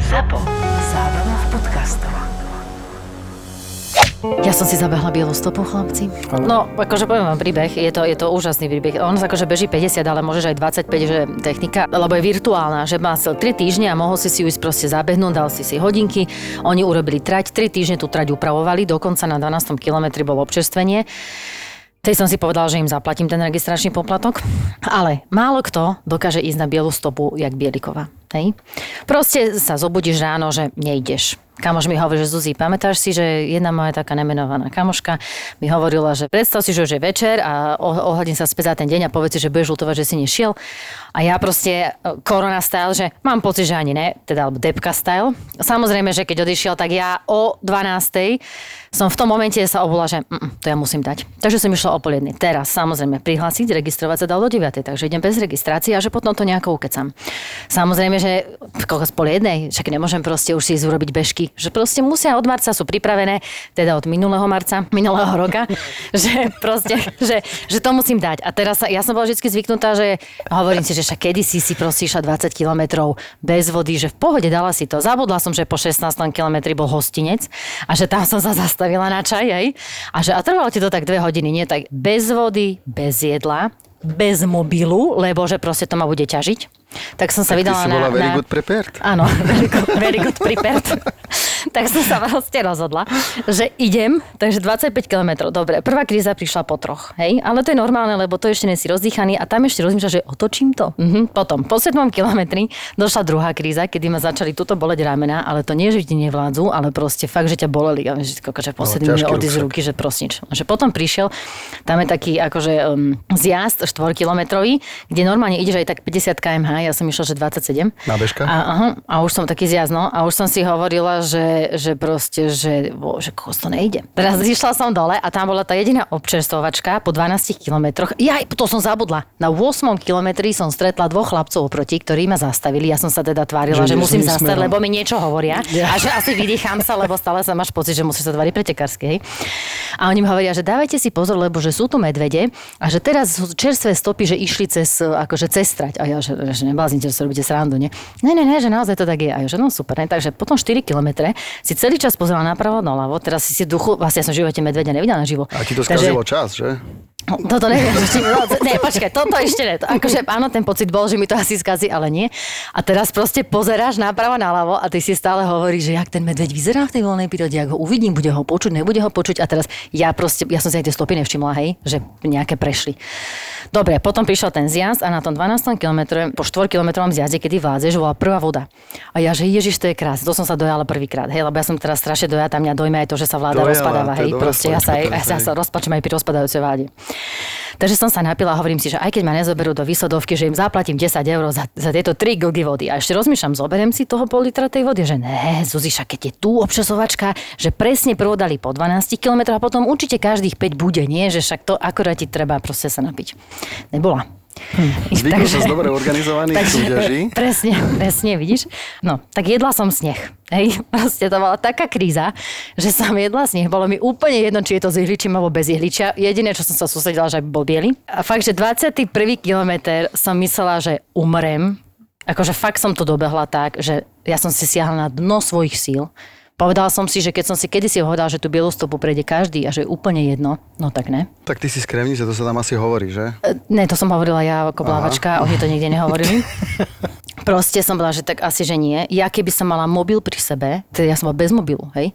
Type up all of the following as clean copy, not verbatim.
ZAPO. Zábrná v podcastov. Ja som si zabehla bielu stopu, chlapci. No, akože poviem vám príbeh, je to úžasný príbeh. On akože beží 50, ale môžeš aj 25, že technika, lebo je virtuálna, že má 3 týždne a mohol si ju ísť proste zabehnúť, dal si hodinky. Oni urobili trať, 3 týždne tú trať upravovali, dokonca na 12. kilometri bolo občerstvenie. Tej som si povedal, že im zaplatím ten registračný poplatok, ale málo kto dokáže ísť na bielu stopu, jak Bielikova. Hej? Proste sa zobudíš ráno, že nejdeš. Kamoš mi hovorí, že Zuzi, pamätáš si, že jedna moja taká nemenovaná kamoška mi hovorila, že predstav si, že už je večer a ohľadím sa späť za ten deň a povedz si, že budeš ľutovať, že si nešiel. A ja proste korona style, že mám pocit, že ani ne, teda alebo depka style. Samozrejme, že keď odišiel, tak ja o 12:00 som v tom momente sa obula, že to ja musím dať. Takže som išla o 12:30. Teraz samozrejme prihlásiť, registrovať sa dal do 9:00, takže idem bez registrácie a že potom to nejako ukecam. Samozrejme, že koľko z 12:30, však nemôžem proste už si ísť urobiť bežky, že proste musia od marca, sú pripravené, teda od minulého roka, že proste, že to musím dať. A teraz ja som bola vždy zvyknutá, že hovorím si, že však kedysi si proste išla 20 kilometrov bez vody, že v pohode dala si to. Zabudla som, že po 16 kilometri bol hostinec a že tam som sa zastavila na čaj, hej. A trvalo ti to tak 2 hodiny, nie tak bez vody, bez jedla, bez mobilu, lebo že proste to ma bude ťažiť. Tak som sa vydala na... very good prepared. Áno, very good prepared. Tak som sa proste rozhodla, že idem, takže 25 kilometrov. Dobre, prvá kríza prišla po 3, hej? Ale to je normálne, lebo to ešte nie si rozdýchaný a tam ešte rozmýšľa, že otočím to. Potom, po 7 kilometri došla druhá kríza, kedy ma začali tuto boleť ramena, ale to nie, že ti nevládzu, ale proste fakt, že ťa boleli. A že posledný mi odísť z ruky, že proste nič. Že potom prišiel, tam je taký akože zjazd 4-kilometrový, kde normálne ideš aj tak 50 km/h. Ja som išla, že 27. Na bežka? A už som taký zjazno a už som si hovorila, že proste, že to nejde. Teraz išla som dole a tam bola tá jediná občerstvovačka po 12 kilometroch. To som zabudla. Na 8. kilometri som stretla 2 chlapcov oproti, ktorí ma zastavili. Ja som sa teda tvárila, že musím zastať, lebo mi niečo hovoria. Yeah. A že asi vydýcham sa, lebo stále sa máš pocit, že musíš sa tvariť pretekárske, hej. A oni mi hovoria, že dávajte si pozor, lebo že sú tu medvede a že teraz sú čerstvé stopy, že išli cez trať. A ja, že nebláznite, že sa robíte srandu, nie? Ne, že naozaj to tak je. A ja, že no super, ne? Takže potom 4 kilometre si celý čas pozerala napravo, naľavo, teraz si duchu, vlastne ja som v živote medveďa nevidela naživo. A ti to skazilo čas, že? Toto neviem, počkaj, toto ešte ne. Akože áno, ten pocit bol, že mi to asi skazí, ale nie. A teraz proste pozeráš napravo, naľavo a ty si stále hovoríš, že jak ten medveď vyzerá v tej voľnej prírode, jak ho uvidím, bude ho počuť, nebude ho počuť. A teraz ja som si aj tie stopy nevšimla, hej, že nejaké prešli. Dobre, potom prišiel ten zjazd a na tom 12. kilometre, po 4-kilometrovom zjazde, kedy vládzeš, bola prvá voda. A ja, že ježiš, to je krásne. To som sa dojala prvýkrát, hej, lebo ja som teraz strašne dojatá, mňa dojme aj to, že sa vláda rozpadáva, hej. Proste ja sa rozpačím aj pri rozpadajúcej vláde. Takže som sa napila a hovorím si, že aj keď ma nezoberú do výsledovky, že im zaplatím 10 eur za tieto 3 glgy vody. A ešte rozmýšľam, zoberiem si toho pol litra tej vody, že ne, Zuziša, keď je tu občasovačka, že presne prvodali po 12 km a potom určite každých 5 bude, nie? Že však to akorát ti treba proste sa napiť. Nebola. Zvykol sa z dobre organizovaných súťaží. Presne, vidíš? No, tak jedla som sneh. Hej, proste to bola taká kríza, že som jedla sneh. Bolo mi úplne jedno, či je to s ihličím alebo bez ihličia. Jediné, čo som sa sústredila, že bol biely. A fakt, že 21. kilometr som myslela, že umrem. Akože fakt som to dobehla tak, že ja som si siahla na dno svojich síl. Povedala som si, že keď som si kedysi hovorila, že tú bielú stopu prejde každý a že je úplne jedno, no tak ne. Tak ty si z Kremnice, to sa tam asi hovorí, že? Ne, to som hovorila ja ako plávačka, oni to nikde nehovorili. Proste som bola, že tak asi, že nie. Ja keby som mala mobil pri sebe, teda ja som bola bez mobilu, hej.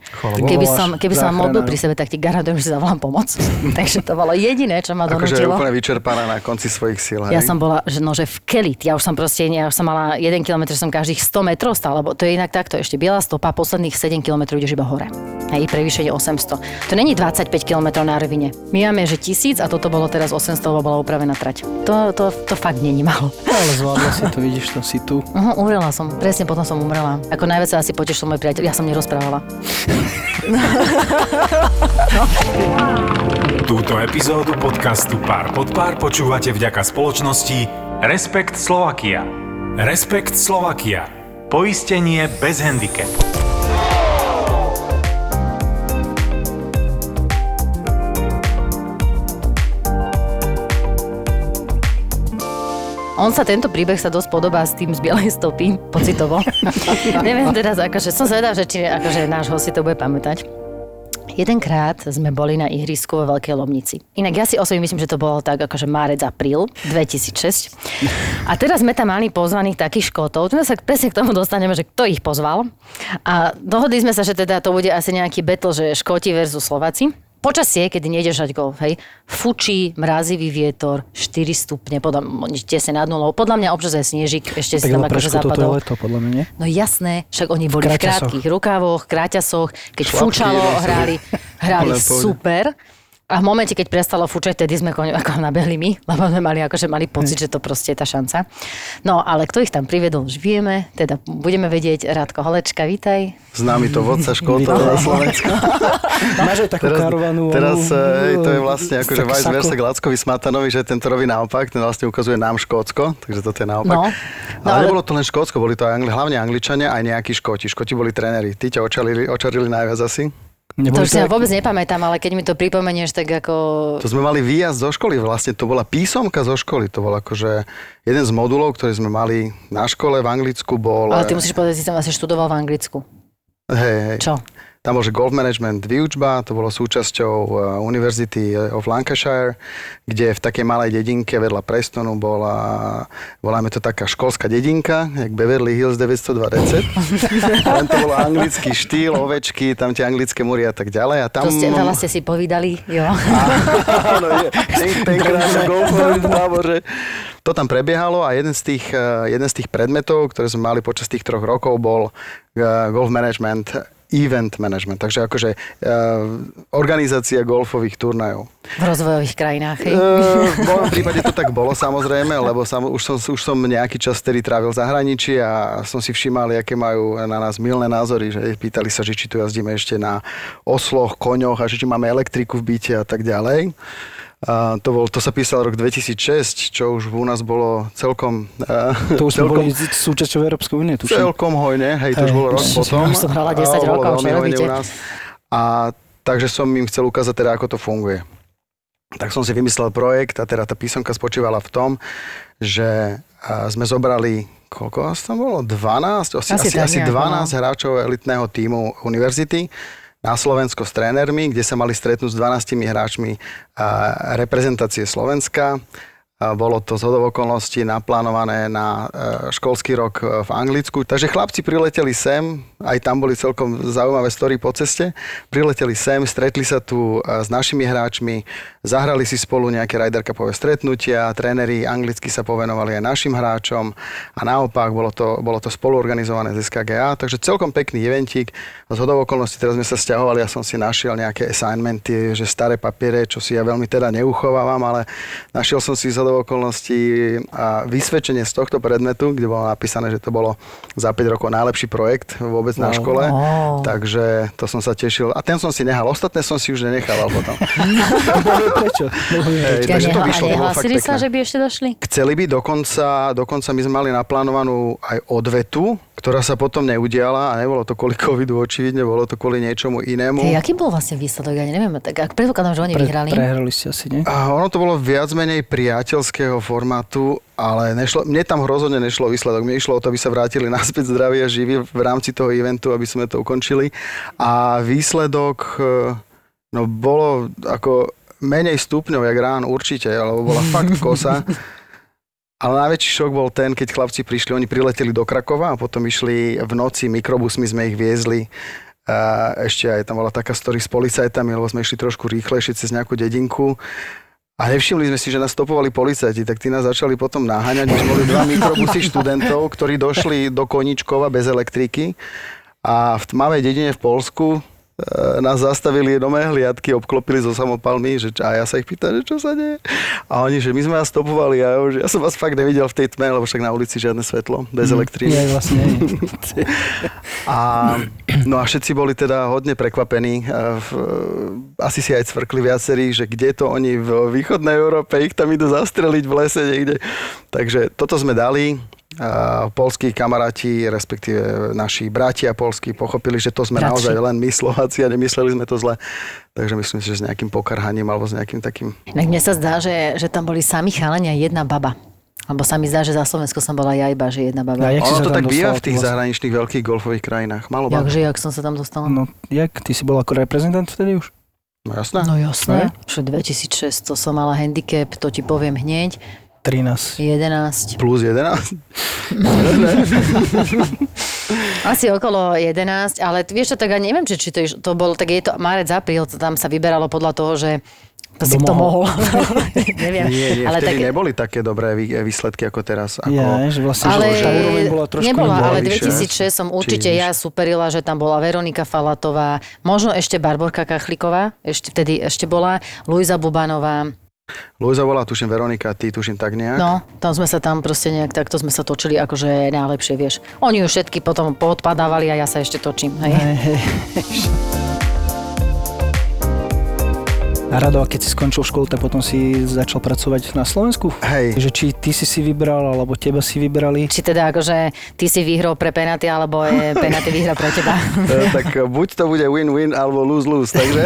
Keby som mal mobil pri sebe, tak ti garantujem, že si zavolám pomoc. Takže to bolo jediné, čo ma donútilo. Akože úplne vyčerpaná na konci svojich síl, hej. Ja som bola, že v kelit. Ja už som mala 1 kilometr, som každých 100 metrov stála, lebo to je inak takto, ešte biela stopa, posledných 7 kilometrov ideš iba hore. Hej, prevýšenie 800. To není 25 kilometrov na rovine. My máme, že 1000 a toto bolo teraz 800, lebo bola upravená trať. To fakt není málo. Ale zvládla si to, vidíš to, si tu. Umrela som. Presne potom som umrela. Ako najviac sa asi potešil môj priateľ. Ja som nerozprávala. Túto epizódu podcastu Pár pod pár počúvate vďaka spoločnosti Respekt Slovakia. Respekt Slovakia. Poistenie bez handicapu. Tento príbeh sa dosť podobá s tým z Bielej stopy, pocitovo. Neviem teraz, akože som zvedavá, že či akože náš host si to bude pamätať. Jedenkrát sme boli na ihrisku vo Veľkej Lomnici. Inak ja si osobne myslím, že to bolo tak akože márec, apríl 2006. A teraz sme tam mali pozvaných takých Škótov. Tu sa presne k tomu dostaneme, že kto ich pozval. A dohodli sme sa, že teda to bude asi nejaký battle, že Škóti versus Slováci. Počasie, kedy nejdeš hrať golf, hej, fučí, mrazivý vietor, 4 stupne, tesne nad nulou. Podľa mňa občas aj snežík, ešte si tam akože zapadol. Tak to je leto, podľa mňa, nie? No jasné, však oni boli v krátkych rukávoch, kráťasoch, keď fúčalo, hrali super. A v momente, keď prestalo fúčať, tedy sme ako nabehli my, lebo sme mali pocit, že to proste je tá šanca. No, ale kto ich tam priviedol, už vieme, teda budeme vedieť. Rádko Holečka, vítaj. Známy to vodca Škótov na Slovensku. Máš aj takú karovanú... Teraz to je vlastne akože vice versa k Lackovi Smatanovi, že ten to robí naopak, ten vlastne ukazuje nám Škótsko, takže toto je naopak. No, ale nebolo to len Škótsko, boli to aj hlavne Angličania, aj nejakí Škóti. Škóti boli tréneri. Tí ťa očarili najviac asi. To už si ja vôbec nepamätám, ale keď mi to pripomenieš, tak ako... To sme mali výjazd zo školy, vlastne to bola písomka zo školy, to bol akože jeden z modulov, ktorý sme mali na škole v Anglicku bol... Ale ty musíš povedať, že si tam asi študoval v Anglicku. Hej. Čo? Tam bol, že golf management výučba, to bolo súčasťou University of Lancashire, kde v takej malej dedinke vedľa Prestonu bola, voláme to taká školská dedinka, jak Beverly Hills 902 Recept. Len to bolo anglický štýl, ovečky, tam tie anglické múry a tak ďalej. A tam... Veľa ste si povídali, jo. Áno, tenkrát na golfovým tábore. To tam prebiehalo a jeden z tých predmetov, ktoré sme mali počas tých 3 rokov, bol golf management, event management, takže akože organizácia golfových turnajov. V rozvojových krajinách, hej? V mojom prípade to tak bolo samozrejme, lebo už som nejaký čas vtedy trávil v zahraničí a som si všímal, aké majú na nás mylné názory, že pýtali sa, že či tu jazdíme ešte na osloch, koňoch a že či máme elektriku v byte a tak ďalej. To sa písal rok 2006, čo už u nás bolo celkom... To už sme boli súčasťou Európskej únie, tuším. Celkom hojne, hej, to už bolo rok potom. Už som hrala 10 rokov, čo robíte? Takže som im chcel ukázať teda, ako to funguje. Tak som si vymyslel projekt a teda tá písomka spočívala v tom, že sme zobrali, koľko vás tam bolo? 12? Asi 12 hráčov elitného tímu univerzity na Slovensko s trénermi, kde sa mali stretnúť s 12 hráčmi reprezentácie Slovenska. Bolo to zhodou okolností naplánované na školský rok v Anglicku. Takže chlapci prileteli sem, aj tam boli celkom zaujímavé story po ceste. Prileteli sem, stretli sa tu s našimi hráčmi, zahrali si spolu nejaké Ryder Cupové stretnutia, tréneri anglicky sa povenovali aj našim hráčom a naopak bolo to spoluorganizované z SKGA, takže celkom pekný eventík. Zhodou okolností teraz sme sa sťahovali, ja som si našiel nejaké assignmenty, že staré papiere, čo si ja veľmi teda neuchovávam, ale našiel som si zhodou okolností a vysvedčenie z tohto predmetu, kde bolo napísané, že to bolo za 5 rokov najlepší projekt vôbec na škole. Takže to som sa tešil. A ten som si nehal. Ostatné som si už nenechával potom. Prečo? Takže to vyšlo. Nehlásili sa, že by ešte došli? Chceli by, dokonca my sme mali naplánovanú aj odvetu, ktorá sa potom neudiala a nebolo to kvôli covidu očividne, bolo to kvôli niečomu inému. Aký bol vlastne výsledok? Ja neviem, tak ak predpokladám, že oni vyhrali. Prehrali ste asi, nie? Ono to bolo viac menej priateľského formátu, ale mne tam rozhodne nešlo výsledok. Mne išlo o to, aby sa vrátili naspäť zdraví a živí v rámci toho eventu, aby sme to ukončili. A výsledok bolo ako menej stupňov, jak ráno určite, lebo bola fakt kosa. Ale najväčší šok bol ten, keď chlapci prišli, oni prileteli do Krakova a potom išli v noci, mikrobusmi sme ich viezli. Ešte aj tam bola taká story s policajtami, lebo sme išli trošku rýchlejšie cez nejakú dedinku. A nevšimli sme si, že nás stopovali policajti, tak tí nás začali potom naháňať. My sme boli 2 mikrobusy študentov, ktorí došli do Koníčkova bez elektriky a v tmavej dedine v Poľsku nás zastavili jednome hliadky, obklopili so samopalmi, a ja sa ich pýtam, že čo sa deje. A oni, že my sme vás stopovali a ja som vás fakt nevidel v tej tme, lebo však na ulici žiadne svetlo, bez elektriny. Nie, vlastne. A všetci boli teda hodne prekvapení. Asi si aj cvrkli viacerí, že kde to oni v východnej Európe, ich tam idú zastreliť v lese niekde. Takže toto sme dali. Poľskí kamaráti, respektíve naši bratia poľskí pochopili, že to sme naozaj len my Slováci a nemysleli sme to zle. Takže myslím si, že s nejakým pokarhaním alebo s nejakým takým... Mne sa zdá, že tam boli sami chalani a jedna baba. Lebo sa mi zdá, že za Slovensko som bola ja iba, že jedna baba. Ono to tak býva v tých zahraničných veľkých golfových krajinách. Malo baba. Jak som sa tam dostala? No, ty si bol ako reprezentant vtedy už? No jasné. No jasné. Už 2006 to som mala handicap, to ti poviem hneď. 13. 11. Plus 11? Asi okolo 11, ale vieš čo, tak ja neviem, či to bolo, tak je to marec, apríl, tam sa vyberalo podľa toho, že si kto mohol. Neviem. Nie, ale vtedy neboli také dobré výsledky ako teraz. Že vlastne, ale že tá úroveň bola trošku nebola, ale 2006 som určite ja superila, že tam bola Veronika Falatová, možno ešte Barborka Kachlíková, vtedy bola, Luisa Bubanová. Luisa bola, tuším, Veronika, ty tuším tak nejak. No, tam sme sa proste nejak, takto sme sa točili, akože najlepšie, vieš. Oni už všetky potom poodpadávali a ja sa ešte točím, hej. A Rado, a keď si skončil školu, tak potom si začal pracovať na Slovensku? Hej. Že či ty si vybral, alebo teba si vybrali? Či teda akože ty si vyhral pre penaty, alebo je penaty výhra pre teba? Tak buď to bude win-win, alebo lose-lose. Takže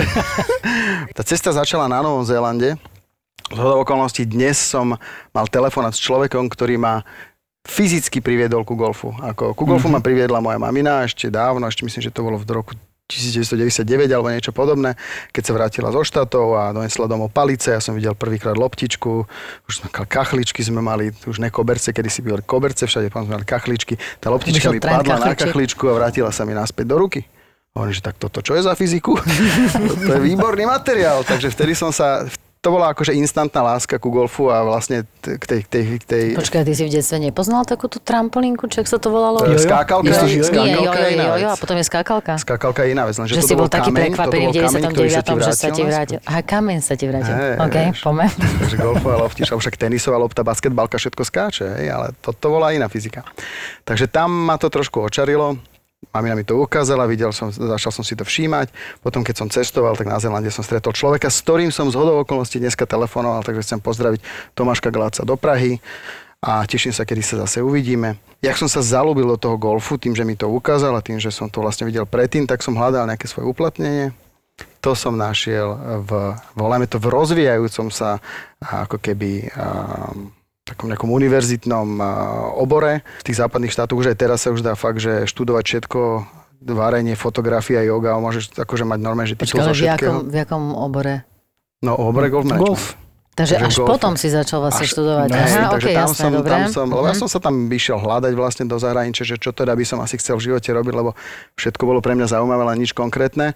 tá cesta začala na Novom Zélande. Zhodou okolností dnes som mal telefonát s človekom, ktorý ma fyzicky priviedol ku golfu. Ku golfu ma priviedla moja mamina ešte dávno, ešte myslím, že to bolo v roku 1999 alebo niečo podobné, keď sa vrátila zo štátov a donesla domov palice. Ja som videl prvýkrát loptičku, už sme kachličky sme mali, už ne koberce, kedy si byli koberce, všade potom sme mali kachličky. Tá loptička mi padla na kachličku a vrátila sa mi naspäť do ruky. Hovorím, že tak toto čo je za fyziku? To je výborný materiál, takže vtedy som sa... To bola akože instantná láska ku golfu a vlastne k tej... Počkaj, ty si v detstve nepoznal takú tú trampolínku, čo sa to volalo? Skákalka je iná vec. A potom je skákalka. Skákalka je iná vec, lenže že toto bol taký kameň, prekvapený v 99. že sa ti vrátil. Aha, kameň sa ti vrátil. OK, poďme. Takže golfová loptička, však tenisová lopta, basketbalka, všetko skáče, ale toto bola iná fyzika. Takže tam ma to trošku očarilo. Mamina mi to ukázala, začal som si to všímať. Potom, keď som cestoval, tak na Zélande som stretol človeka, s ktorým som zhodou okolností dneska telefonoval, takže chcem pozdraviť Tomáška Gláca do Prahy a teším sa, kedy sa zase uvidíme. Jak som sa zalúbil do toho golfu, tým, že mi to ukázal a tým, že som to vlastne videl predtým, tak som hľadal nejaké svoje uplatnenie. To som našiel voláme to v rozvíjajúcom sa ako keby... takom nejakom univerzitnom obore. V tých západných štátoch už aj teraz sa už dá fakt, že študovať všetko, varenie, fotografia, yoga, môžeš akože mať normálne, že titul zo všetkého. V jakom obore? No, obore golf management. Golf. Takže až potom si začal vlastne študovať. Aha, takže jasné, dobre. Lebo ja som sa tam išiel hľadať vlastne do zahraničia, že čo teda by som asi chcel v živote robiť, lebo všetko bolo pre mňa zaujímavé, ale nič konkrétne.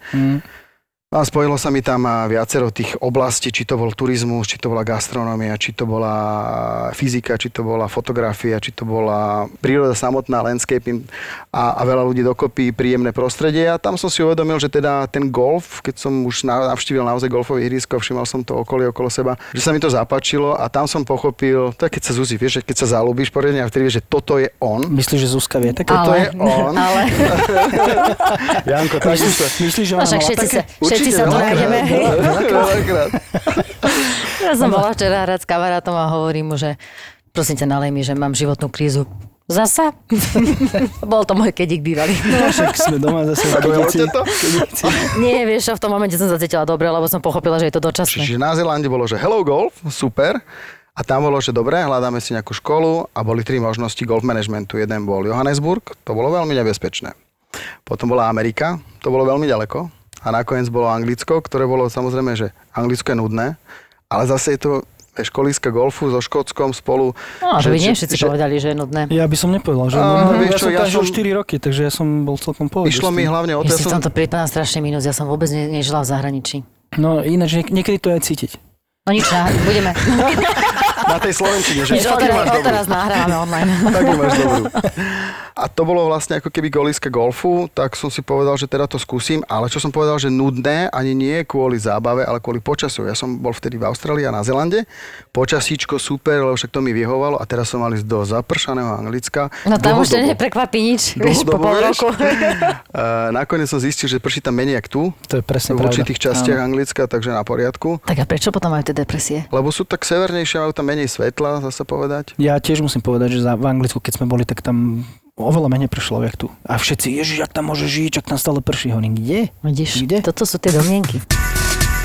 A spojilo sa mi tam viacero tých oblastí, či to bol turizmus, či to bola gastronómia, či to bola fyzika, či to bola fotografia, či to bola príroda samotná, landscaping a veľa ľudí dokopy, príjemné prostredie. A tam som si uvedomil, že teda ten golf, keď som už navštívil naozaj golfové ihrisko, všimol som to okolie okolo seba, že sa mi to zapáčilo a tam som pochopil, tak keď sa Zuzi, vieš, keď sa zalúbíš poriadne a vtedy vieš, že toto je on. Myslíš, že Zuzka vie také? Toto je on. Ale... Janko, tak myslíš, že ona mala také? Všetci sa tu nájdeme. Veľakrát. Ja som bola včera hrať s kamarátom a hovorím mu, že prosím ťa, nalej mi, že mám životnú krízu. Zasa? Bol to môj kedik bývalý. No, však sme doma zase. Nie, vieš, v tom momente som sa cítila dobre, lebo som pochopila, že je to dočasné. Čiže na Zélande bolo, že hello golf, super. A tam bolo, že dobre, hľadáme si nejakú školu a boli 3 možnosti golf managementu. Jeden bol Johannesburg, to bolo veľmi nebezpečné. Potom bola Amerika, to bolo veľmi ďaleko. A nakoniec bolo Anglicko, ktoré bolo samozrejme, že Anglicko je nudné, ale zase je to školíska golfu so Škótskom spolu. No, že by nie všetci povedali, že je nudné. Ja by som nepovedal, že je nudné. Ja som tam 4 roky, takže ja som bol celkom povedal. Išlo mi hlavne o to, ja si tam to prípadám strašne minus, ja som vôbec nežila v zahraničí. No ináč, niekedy to aj cítiť. No nič, budeme. Na tej slovenčine, že fakt máš dobrú. Teraz nahrávame online. Tak máš dobrú. A to bolo vlastne ako keby golíska golfu, tak som si povedal, že teda to skúsim, ale čo som povedal, že nudné ani nie kvôli zábave, ale kvôli počasiu. Ja som bol vtedy v Austrálii a na Zélande. Počasíčko super, lebo však to mi vyhovalo a teraz som mal ísť do zapršaného Anglicka. No tam už to neprekvapí nič, vieš, po pol roku. Nakoniec som zistil, že prší tam menej jak tu. To je presne v určitých častiach Anglicka, takže na poriadku. Tak a prečo potom majú tie depresie? Lebo sú tak severnejšie, majú tam menej svetla, zase povedať. Ja tiež musím povedať, že v Anglicku, keď sme boli, tak tam oveľa menej pršlo, jak tu. A všetci, ježiš, ak tam môže žiť, ak tam stále prší. Hovorím, kde? Vidíš, toto sú tie domienky.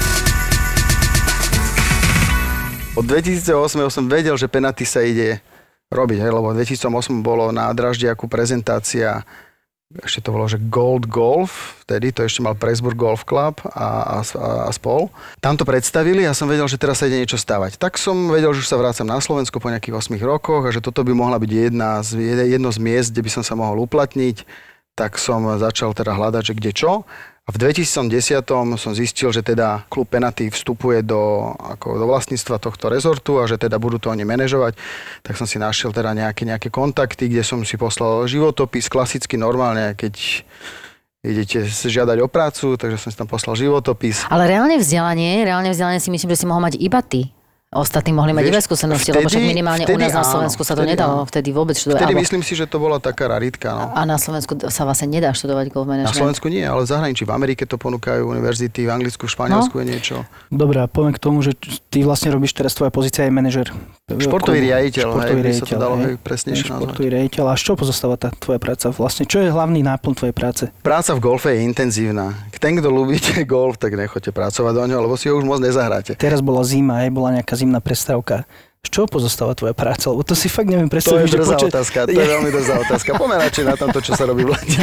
Od 2008 som vedel, že penaty sa ide robiť, hej, lebo v 2008 bolo na Draždiaku prezentácia, ešte to bolo, že Gold Golf, vtedy to ešte mal Pressburg Golf Club a spol. Tam to predstavili a som vedel, že teraz sa ide niečo stavať. Tak som vedel, že už sa vrácam na Slovensku po nejakých 8 rokoch a že toto by mohla byť jedno z miest, kde by som sa mohol uplatniť. Tak som začal teda hľadať, že kde čo. A v 2010 som zistil, že teda klub Penaty vstupuje do vlastníctva tohto rezortu a že teda budú to oni manažovať. Tak som si našiel teda nejaké kontakty, kde som si poslal životopis, klasicky normálne, keď idete žiadať o prácu, takže som si tam poslal životopis. Ale reálne vzdelanie si myslím, že si mohol mať iba ty. Ostatní mohli mať iné skúsenosti, lebo však minimálne u nás na Slovensku sa to nedalo vtedy vôbec študovať. Vtedy myslím si, že to bola taká raritka. No. A na Slovensku sa vlastne nedá študovať golf management. Na Slovensku nie, ale v zahraničí, v Amerike to ponúkajú univerzity, v Anglicku, v Španielsku je niečo. Dobre, a poviem k tomu, že ty vlastne robíš teraz, tvoja pozícia je manažer. Športový riaditeľ, by sa to dalo presnejšie nazvať. Športový riaditeľ. A z čoho pozostáva tá tvoja práca? Vlastne, čo je hlavný náplň tvojej práce? Práca v golfe je intenzívna. Ten, kto ľúbite golf, tak nechoďte pracovať do ňoho, lebo si ho už moc nezahráte. Teraz bola zima, bola nejaká zimná prestávka. Z čoho pozostáva tvoja práca? Lebo to si fakt neviem predstaviť. To je drzá otázka, to je veľmi drzá otázka. Poďme radšej na tamto, čo sa robí v lete.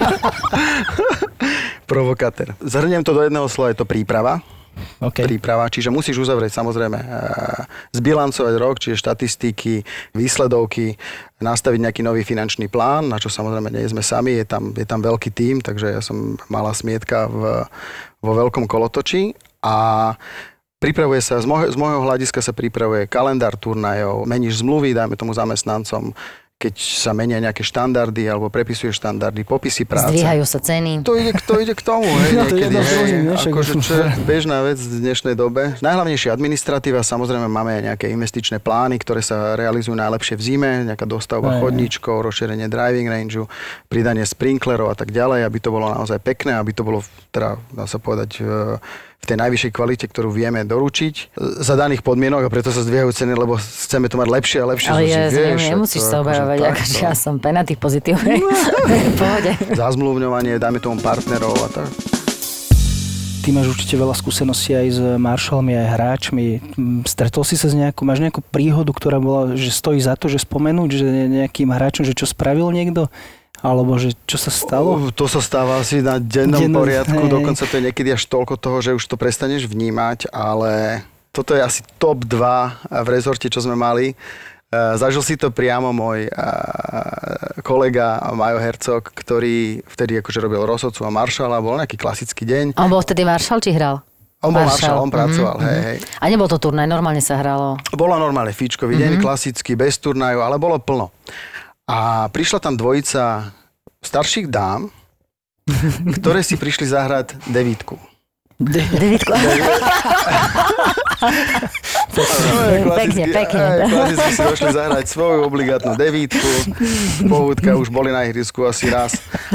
Provokatér. Zhrniem to do jedného slova, je to príprava. Okay. Príprava, čiže musíš uzavrieť samozrejme zbilancovať rok, čiže štatistiky, výsledovky, nastaviť nejaký nový finančný plán, na čo samozrejme nie sme sami, je tam veľký tím, takže ja som malá smietka vo veľkom kolotoči a pripravuje sa, z môjho hľadiska sa pripravuje kalendár turnajov, meníš zmluvy, dajme tomu zamestnancom, keď sa menia nejaké štandardy alebo prepisuješ štandardy, popisy práce. Zdvíhajú sa ceny. To ide k tomu, hej, niekedy, akože čo je bežná vec v dnešnej dobe. Najhlavnejšia administratíva, samozrejme máme nejaké investičné plány, ktoré sa realizujú najlepšie v zime, nejaká dostavba chodníčkov, rozšírenie driving rangeu, pridanie sprinklerov a tak ďalej, aby to bolo naozaj pekné, aby to bolo, teda dá sa povedať, v tej najvyššej kvalite, ktorú vieme doručiť za daných podmienok a preto sa zdvíhajú ceny, lebo chceme to mať lepšie a lepšie. Ale nemusíš sa obávať, akože ja som Penaty pozitívnej. Pohode. Zazmluvňovanie, dajme tomu partnerov a tak. Ty máš určite veľa skúseností aj s maršalmi, aj hráčmi. Stretol si sa máš nejakú príhodu, ktorá bola, že stojí za to, že spomenúť, že nejakým hráčom, že čo spravil niekto? Alebo že čo sa stalo? To sa stáva asi na dennom poriadku, dokonca to je niekedy až toľko toho, že už to prestaneš vnímať, ale toto je asi top 2 v rezorte, čo sme mali. Zažil si to priamo môj kolega Majo Hercog, ktorý vtedy akože robil rozhodcu a maršala, bol nejaký klasický deň. On bol vtedy maršal, či hral? On bol maršal, on pracoval, hej. A nebol to turnaj, normálne sa hralo? Bolo normálne fíčkový deň, klasický, bez turnaju, ale bolo plno. A prišla tam dvojica starších dám, ktoré si prišli zahrať devítku. Devítku? Pekne. Klasicky si došli zahrať svoju obligátnu devítku. Pohúdka už boli na ihrisku asi raz.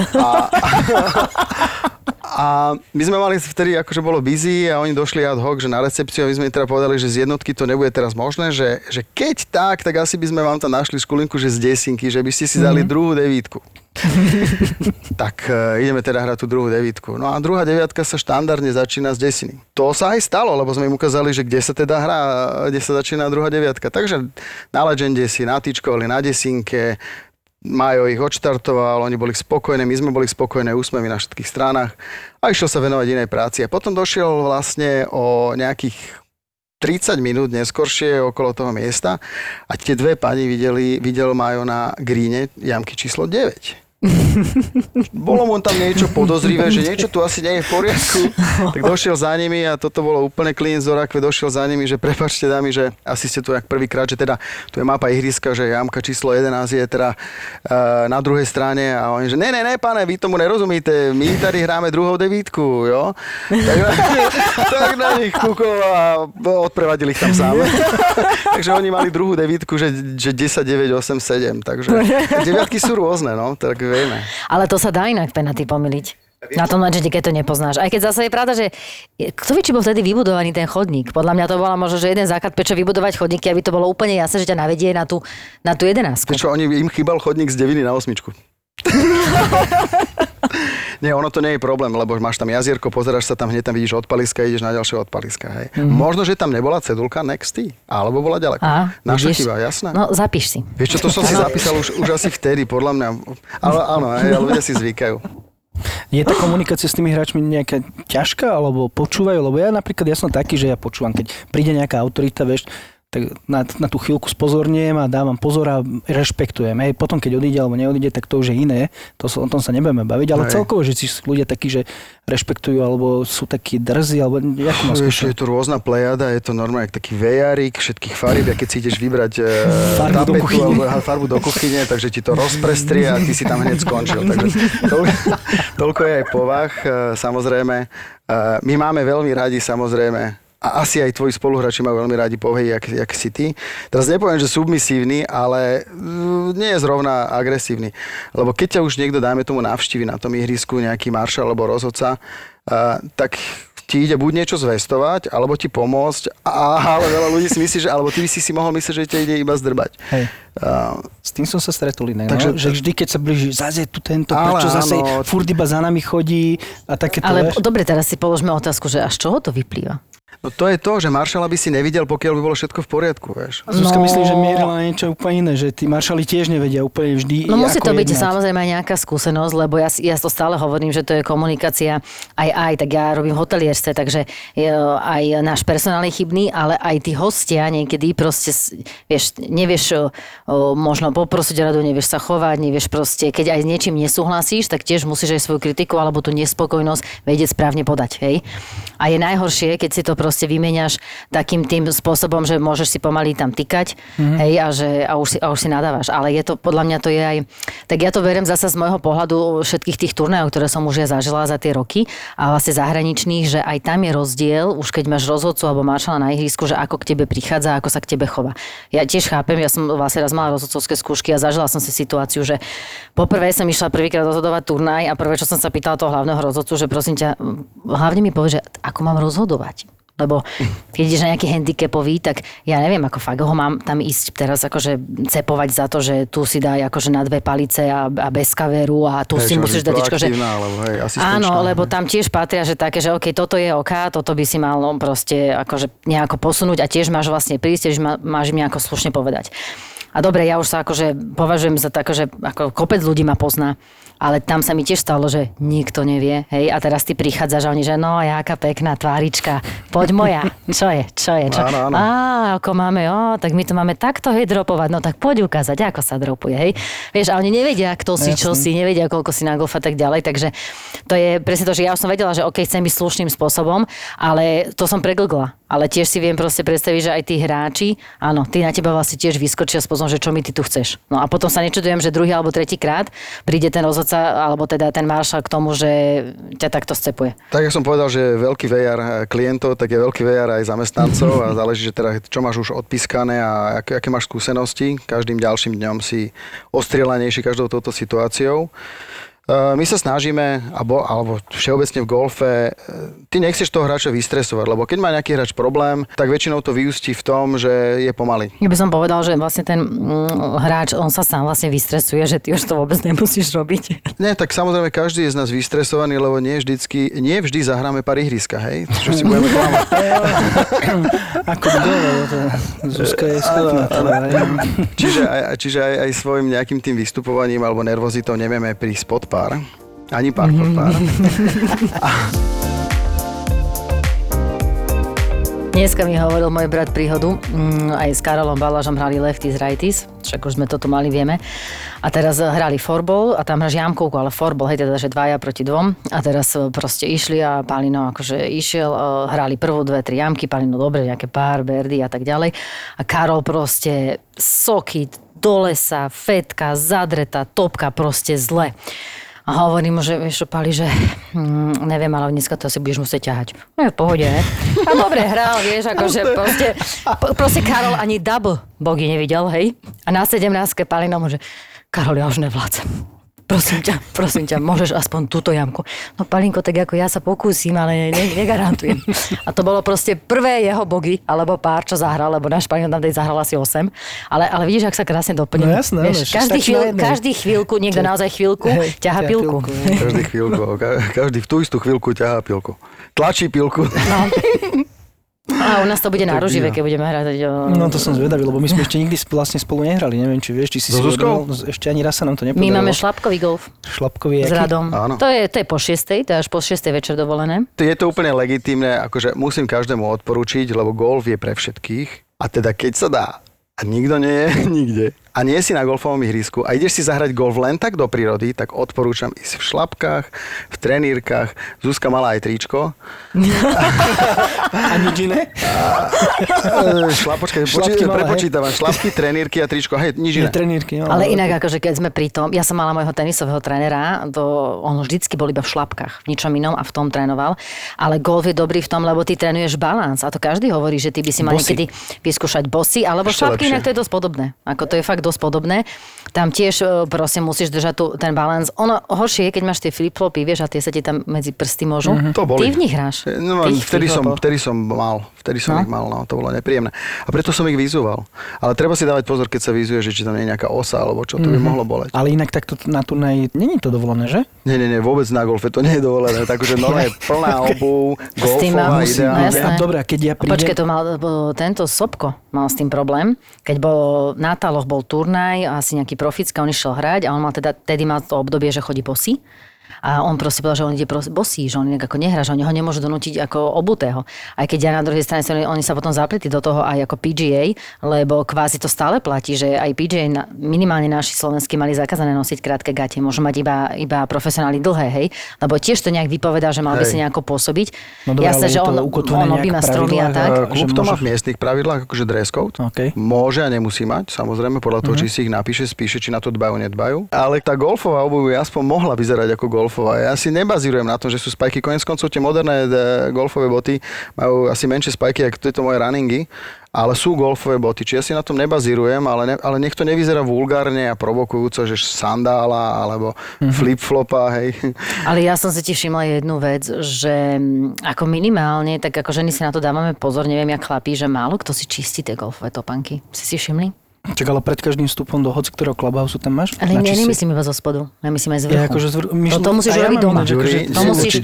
A my sme mali vtedy, akože bolo busy a oni došli ad hoc, že na recepciu a my sme im teda povedali, že z jednotky to nebude teraz možné, že keď tak asi by sme vám tam našli škulinku, že z desinky, že by ste si dali druhú devítku. Tak ideme teda hrať tú druhú devítku. No a druhá deviatka sa štandardne začína z desiny. To sa aj stalo, lebo sme im ukázali, že kde sa teda hrá, kde sa začína druhá deviatka. Takže na Legende si natýčkovali na desinke, Majo ich odštartoval, oni boli spokojní, my sme boli spokojní, úsmevy na všetkých stranách a išiel sa venovať inej práci. A potom došiel vlastne o nejakých 30 minút neskoršie okolo toho miesta a tie dve pani videl Majo na gríne jamky číslo 9. Bolo mu tam niečo podozrivé, že niečo tu asi nie je v poriadku. Tak došiel za nimi a toto bolo úplne klín z rakve, došiel za nimi, že prepáčte dámy, že asi ste tu jak prvýkrát, že teda tu je mapa ihriska, že jamka číslo 11 je teda na druhej strane a oni, že ne, pane, vy tomu nerozumíte, my tady hráme druhou devítku, jo? Tak na nich kúkol a odprevadili ich tam sám. Takže oni mali druhú devítku, že 10, 9, 8, 7, takže deviatky sú rôzne, no, tak vieme. Ale to sa dá inak Penaty pomyliť. Na tom Legende, keď to nepoznáš. Aj keď zase je pravda, že kto vie, či bol vtedy vybudovaný ten chodník. Podľa mňa to bolo možno, že jeden základ, prečo vybudovať chodníky, aby to bolo úplne jasné, že ťa navedie na tú 11. Prečo im chýbal chodník z 9 na 8. Nie, ono to nie je problém, lebo máš tam jazierko, pozeráš sa tam, hneď tam vidíš odpaliska, ideš na ďalšie odpaliska, hej. Možno, že tam nebola cedulka Nexty, alebo bola ďaleko. Naša chyba, jasné. No, zapíš si. Vieš čo, to som si zapísal už asi vtedy, podľa mňa. Ale áno, hej, ale ľudia si zvykajú. Je tá komunikácia s tými hráčmi nejaká ťažká, alebo počúvajú? Lebo ja napríklad, ja som taký, že ja počúvam, keď príde nejaká autorita, vieš, tak na tú chvíľku spozorniem a dávam pozor a rešpektujem. Hej. Potom, keď odíde alebo neodíde, tak to už je iné. O tom sa nebudeme baviť, ale celkovo, že si ľudia takí, že rešpektujú alebo sú takí drzí, alebo ako má skúšať? Je to rôzna plejada, je to normálne taký vejárik všetkých farieb, a keď si ideš vybrať tapetu alebo farbu do kuchyne, takže ti to rozprestrie a ty si tam hneď skončil. Takže toľko je aj povah. Samozrejme, my máme veľmi radi, samozrejme, a asi aj tvoji spoluhráči majú veľmi rádi pohy, jak si ty. Teraz nepoviem, že submisívny, ale nie je zrovna agresívny. Lebo keď ťa už niekto, dajme tomu, navštívi na tom ihrisku, nejaký maršal alebo rozhodca, tak ti ide buď niečo zvestovať, alebo ti pomôcť, ale veľa ľudí si myslí, že, alebo ty by si mohol myslieť, že ťa ide iba zdrbať. Hej. S tým som sa stretol inak, takže, že vždy, keď sa blíži, zase tu tento, prečo zase furt iba za nami chodí a takéto. Ale dobre, teraz si položme otázku, že až čoho to vyplýva? No to je to, že maršala by si nevidel, pokiaľ by bolo všetko v poriadku, vieš. Zuzka myslí, že mierila na niečo úplne iné, že tí maršali tiež nevedia úplne vždy. No musí to byť samozrejme aj nejaká skúsenosť, lebo ja to stále hovorím, že to je komunikácia aj, tak ja robím hotelierstve, takže aj náš personál je chybný, ale aj tí hostia niekedy proste, vieš, nevieš možno poprosiť radu, nevieš sa chovať, nevieš proste, keď aj s niečím nesúhlasíš, tak tiež musíš aj svoju kritiku alebo tú nespokojnosť vedieť správne podať, hej. A je najhoršie, keď si to proste vymeniaš takým tým spôsobom, že môžeš si pomaly tam tykať, hej, a už si nadávaš. Ale je to, podľa mňa to je aj, tak ja to beriem zasa z môjho pohľadu všetkých tých turnajov, ktoré som už ja zažila za tie roky a vlastne zahraničných, že aj tam je rozdiel, už keď máš rozhodcu alebo maršala na ihrisku, že ako k tebe prichádza, ako sa k tebe chová. Ja tiež chápem, ja som vlastne raz mala rozhodcovské skúšky a zažila som si situáciu, že poprvé som išla prvýkrát rozhodovať turnaj a prvé, čo som sa pýtala toho hlavného rozhodcu, že prosím ťa, hlavne mi povedz, že ako mám rozhodovať. Lebo keď ideš na nejaký handicapový, tak ja neviem, ako fakt ho mám tam ísť teraz akože cepovať za to, že tu si daj akože na 2 palice a bez kaveru a tu si musíš dať že... alebo áno, lebo tam tiež patria, že také, že OK, toto je OK, toto by si mal proste akože nejako posunúť a tiež máš vlastne prísť, tiež máš im nejako slušne povedať. A dobre, ja už sa akože považujem za tak, že ako kopec ľudí ma pozná, ale tam sa mi tiež stalo, že nikto nevie, hej, a teraz ty prichádzaš a oni, že no, jaká pekná tvárička, poď moja, čo je? Áno. Ako máme, tak my to máme takto, hej, dropovať, no tak poď ukázať, ako sa dropuje, hej. Vieš, a oni nevedia, kto si, čo si, nevedia, koľko si na golf a tak ďalej, takže to je presne to, že ja už som vedela, že OK, chcem ísť slušným spôsobom, ale to som preglgla. Ale tiež si viem proste predstaviť, že aj tí hráči, áno, tí na teba vlastne tiež vyskočia spôsobom, že čo mi ty tu chceš. No a potom sa nečudujem, že druhý alebo tretí krát príde ten rozhodca, alebo teda ten maršal k tomu, že ťa takto scepuje. Tak ja som povedal, že veľký VR klientov, tak je veľký VR aj zamestnancov a záleží, že teda čo máš už odpískané a aké máš skúsenosti. Každým ďalším dňom si ostrielanejší každou touto situáciou. My sa snažíme, alebo všeobecne v golfe, ty nechceš toho hráča vystresovať, lebo keď má nejaký hráč problém, tak väčšinou to vyústí v tom, že je pomalý. Ja by som povedal, že vlastne ten hráč, on sa sám vlastne vystresuje, že ty už to vôbec nemusíš robiť. Nie, tak samozrejme každý je z nás vystresovaný, lebo nie vždy zahráme pár ihriska, hej? Čo si budeme klamať. Ako dole, Zuzka je schopná. Čiže aj svojim nejakým tým vystupovaním alebo nervozitou nevieme prísť pod pár. Ani pár pod pár. Dneska mi hovoril môj brat príhodu. Aj s Karolom Balážom hrali lefties, righties. Však už sme to tu mali, vieme. A teraz hrali forball a tam hráš jamkovku, ale forball, hej, teda, že 2 proti 2. A teraz proste išli a Palino akože išiel, hrali prvú 2-3 jamky, Palino dobre, nejaké pár, birdie a tak ďalej. A Karol proste soky do lesa, fetka, zadreta, topka, proste zle. A hovorím mu, že vieš čo, Pali, že neviem, ale dneska to asi budeš musieť ťahať. No je v pohode, ne? A dobre hral, vieš, akože proste Karol ani double bogy nevidel, hej? A na 17-ke Palino mu, že Karol, ja už nevládzem. prosím ťa, môžeš aspoň túto jamku. No Palinko, tak ako ja sa pokúsim, ale negarantujem. A to bolo proste prvé jeho bogy, alebo pár, čo zahral, lebo náš Palinko tam zahral asi 8. Ale vidíš, ak sa krásne doplní. No jasné, každý chvíľku, niekto naozaj chvíľku, ťahá pilku. Každý v tú istú chvíľku ťahá pilku. Tlačí pilku. No. A u nás to bude náruživé, keď budeme hrať. No to som zvedavý, lebo my sme ešte nikdy vlastne spolu nehrali. Neviem, či vieš, či si so Zuzkou? Ešte ani raz sa nám to nepodarilo. My máme šlapkový golf. Šlapkový s Radom. Áno. To je po 6, to je až po 6 večer dovolené. Je to úplne legitímne, akože musím každému odporučiť, lebo golf je pre všetkých. A teda keď sa dá a nikto nie je nikde a nie si na golfovom ihrisku a ideš si zahrať golf len tak do prírody, tak odporúčam ísť v šlapkách, v trenírkach. Zuzka mala aj tričko. A nič iné? Prepočítavam. Šlapky, trenírky a tričko. Hej, nič iné. Trenírky, no. Ale inak, akože keď sme pri tom, ja som mala môjho tenisového trénera, on vždycky bol iba v šlapkách, v ničom inom a v tom trénoval. Ale golf je dobrý v tom, lebo ty trénuješ balans. A to každý hovorí, že ty by si mal niekedy vyskúšať bosy, alebo šlapky, inak to je dosť podobné. Ako to je fakt dosť podobné. Tam tiež proste musíš držať ten balans. Ono horšie je, keď máš tie flip-flopy, vieš, a tie sa ti tam medzi prsty môžu. To boli. Ty v nich hráš. No, vtedy som ich mal, no, to bolo nepríjemné. A preto som ich vyzúval. Ale treba si dávať pozor, keď sa vyzuje, že či tam nie je nejaká osa, alebo čo to by mohlo boleť. Ale inak takto na turnaji nie je to dovolené, že? Nie, vôbec na golfe to nie je dovolené. Takže normálne plná obuv, golfová, ideálne. Dobre, keď ja prídem... Počkej, to mal tento Sobko mal s tým problém. Keď bol na Taloch bol turnaj, asi nejaký profická, on išiel hrať a on mal tedy mal to obdobie, že chodí bosý. A on proste povedal, že on ide bosý, že on inak ako nehrá, že oni ho nemôžu donútiť ako obutého. Aj keď ja na druhej strane oni sa potom zapletli do toho aj ako PGA, lebo kvázi to stále platí, že aj PGA, minimálne naši slovenskí mali zakázané nosiť krátke gate, môžu mať iba profesionáli dlhé, hej, lebo tiež to nejak vypovedá, že mal by si nejako pôsobiť. No dobré, jasné, že on objíma stromy a tak. Klub to má v miestnych pravidlách, akože dress code. Okay. Môže a nemusí mať, samozrejme, podľa toho, či si ich napíše, spíše, či na to dbajú, nedbajú. Ale tá golfová obuv aspoň mohla vyzerať ako golfová. Ja si nebazírujem na tom, že sú spajky. Koniec koncov tie moderné golfové boty majú asi menšie spajky, ako tieto moje runningy, ale sú golfové boty. Či ja si na tom nebazírujem, ale nech to nevyzerá vulgárne a provokujúco, že sandála alebo flip-flopa, hej. Ale ja som si ti všimla jednu vec, že ako minimálne, tak ako ženy si na to dávame pozor, neviem jak chlapí, že málo kto si čistí tie golfové topánky. Si všimli? Čak, ale pred každým vstupom do hoci ktorého clubhouse tam máš? Ale ja nemyslím iba zo spodu, ja myslím aj z vrchu. Ja akože to musíš robiť doma. To musíš...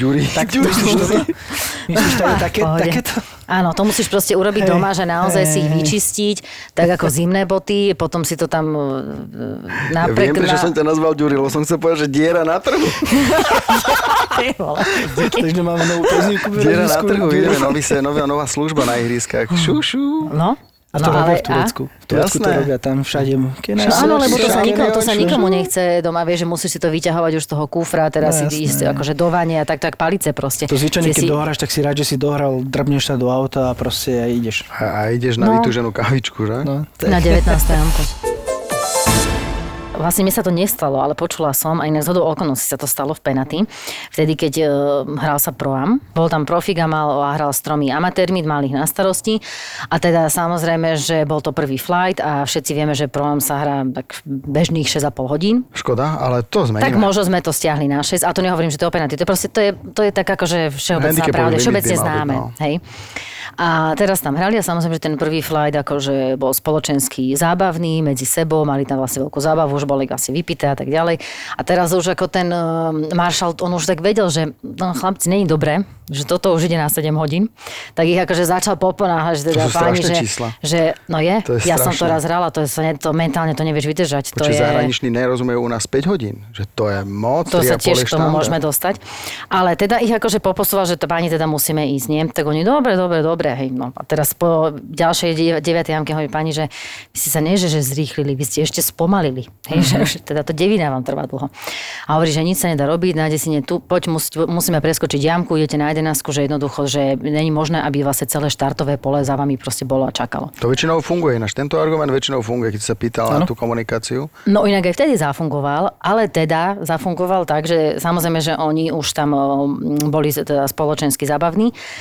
Myslíš, to je takéto? Áno, to musíš proste urobiť doma, že naozaj si ich vyčistiť, tak ako zimné boty, potom si to tam naprekná... Ja viem, prečo som ťa nazval Ďuri, lebo som chcel povedať, že diera na trhu. Takže máme novú prezývku. Diera na trhu, nová služba na ihriskách. Šušu. No. A to robia v Turecku. V Turecku to robia tam všade. Áno, lebo to sa nikomu nechce doma, vieš, že musíš si to vyťahovať už z toho kufra, teraz si ísť akože do vane a tak palice proste. To zvyčajne, keď dohráš, tak si rád, že si dohral, drbneš sa do auta a proste ideš. A ideš na vytúženú kavičku, že? No, na 19. jamku. Vlastne mi sa to nestalo, ale počula som, aj na zhodu okolností sa to stalo v Penaty. Vtedy, keď hral sa Pro-Am. Bol tam profík a hral s 3 amatérmi, mal ich na starosti. A teda samozrejme, že bol to prvý flight a všetci vieme, že Pro-Am sa hrá tak bežných 6,5 hodín. Škoda, ale to zmeníme. Tak možno sme to stiahli na 6, a to nehovorím, že to je o Penaty. To je tak akože všeobecná pravda, všeobecne známe. Hej. A teraz tam hrali a samozrejme, že ten prvý flight akože bol spoločenský zábavný medzi sebou, mali tam vlastne veľkú zábavu, už boli asi vypité a tak ďalej. A teraz už ako ten maršal, on už tak vedel, že chlapci, není dobré, že toto už ide na 7 hodín, tak ich akože začal poponáhať, že teda páni, že no je ja som to raz hrala, to mentálne to nevieš vydržať. Počuť, zahraniční nerozumejú u nás 5 hodín, že to je moc, to sa tiež k tomu môžeme dostať. Ale teda ich akože poposoval, že to páni teda musíme ísť, nie? Tak oni dobre, hej, no. A teraz po ďalšej 9. jamke hovorí pani, že vy ste sa nie, že zrýchlili, vy ste ešte spomalili. Hej, že teda to devina vám trvá dlho. A hovorí, že nič sa nedá robiť, nájde si tu, poď, musíme preskočiť jamku, idete na 11, že jednoducho, že není možné, aby vlastne celé štartové pole za vami proste bolo a čakalo. To väčšinou funguje, tento argument väčšinou funguje, keď sa pýtal na tú komunikáciu. No inak aj vtedy zafungoval, ale teda zafungoval tak, že samozrejme, že oni už tam boli teda spoločensky zabavní.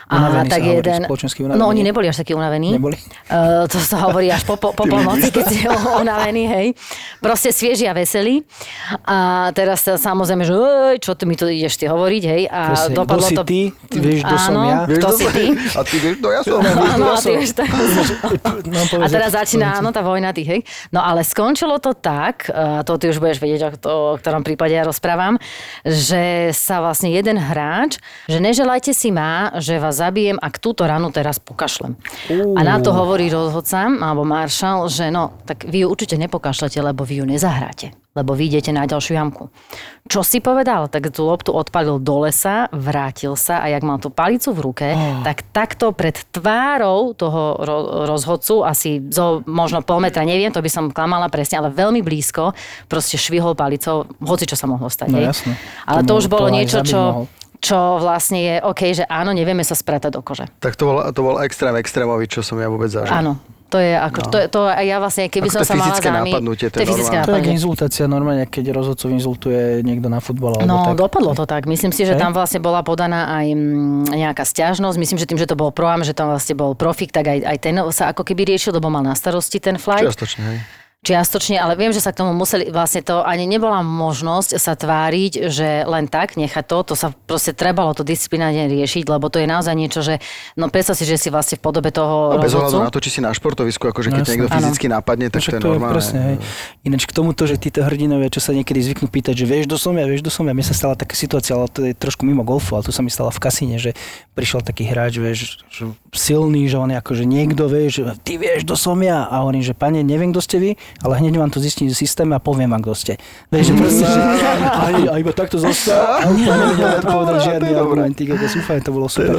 Unavení tak sa hovorí, jeden... spoločensky unavení. No oni neboli až takí unavení. Neboli? To sa hovorí až po polnoci, keď si unavení, hej. Proste svieži a veselí. A teraz samozrejme, že čo ty mi tu ideš ty hovoriť, hej. A presne, dopadlo kto si to... ty vieš, kto som ja. Kto si ty? A ty vieš, kto ja som. Áno, a ty vieš, No, a teraz začína, tá vojna tých, hej. No ale skončilo to tak, a to ty už budeš vedieť, o ktorom prípade ja rozprávam, že sa vlastne jeden hráč, že neželajte si ma, že vás zabijem, ak túto ranu teraz pokašlem. A na to hovorí rozhodca, alebo maršal, že no, tak vy ju určite nepokašlete, lebo vy ju nezahráte. Lebo vy idete na ďalšiu jamku. Čo si povedal? Tak tú loptu odpalil do lesa, vrátil sa a jak mal tú palicu v ruke, tak takto pred tvárou toho rozhodcu, asi možno pol metra, neviem, to by som klamala presne, ale veľmi blízko, proste švihol palicou, hoci čo sa mohlo stať. No hej? jasne. Ale to už bolo niečo, mohol. čo vlastne je OK, že áno, nevieme sa sprátať do kože. Tak to bol extrémový, čo som ja vôbec zažil. Áno. To je ako, to ja vlastne, keby som sa mala zámi... Napadnutie, to je fyzické To je napadnutie. inzultácia normálne, keď rozhodcov inzultuje niekto na futbal. No, tak. dopadlo to tak. Myslím si, že tam vlastne bola podaná aj nejaká sťažnosť. Myslím, že tým, že to bol proam, že tam vlastne bol profik, tak aj ten sa ako keby riešil, lebo mal na starosti ten flight. Čiastočne, hej. Čiastočne, ale viem, že sa k tomu museli, vlastne to ani nebola možnosť sa tváriť, že len tak nechať to sa proste trebalo to disciplinárne riešiť, lebo to je naozaj niečo, že no predstav si, že si vlastne v podobe toho bez rozhodcu. ohľadu na to, či si na športovisku, akože keď niekto fyzicky napadne, tak to je normálne. Presne, hej. Ináč k tomuto, že títo hrdinovia, čo sa niekedy zvyknú pýtať, že vieš, kto som ja. Mne sa stala taká situácia, ale to je trošku mimo golfu, ale to sa mi stala v kasíne, že prišiel taký hráč, vieš, že silný, že on je akože niekto, vieš, ty vieš, kto som ja. A hovorím, že pane, neviem, kto ste vy, ale hneď vám to zistím v systéme a poviem vám, kto ste. Vieš, že proste, že a iba takto zostal. A úplne nevedel odpovedať žiadny argumentík, ako súfajne, to bolo super.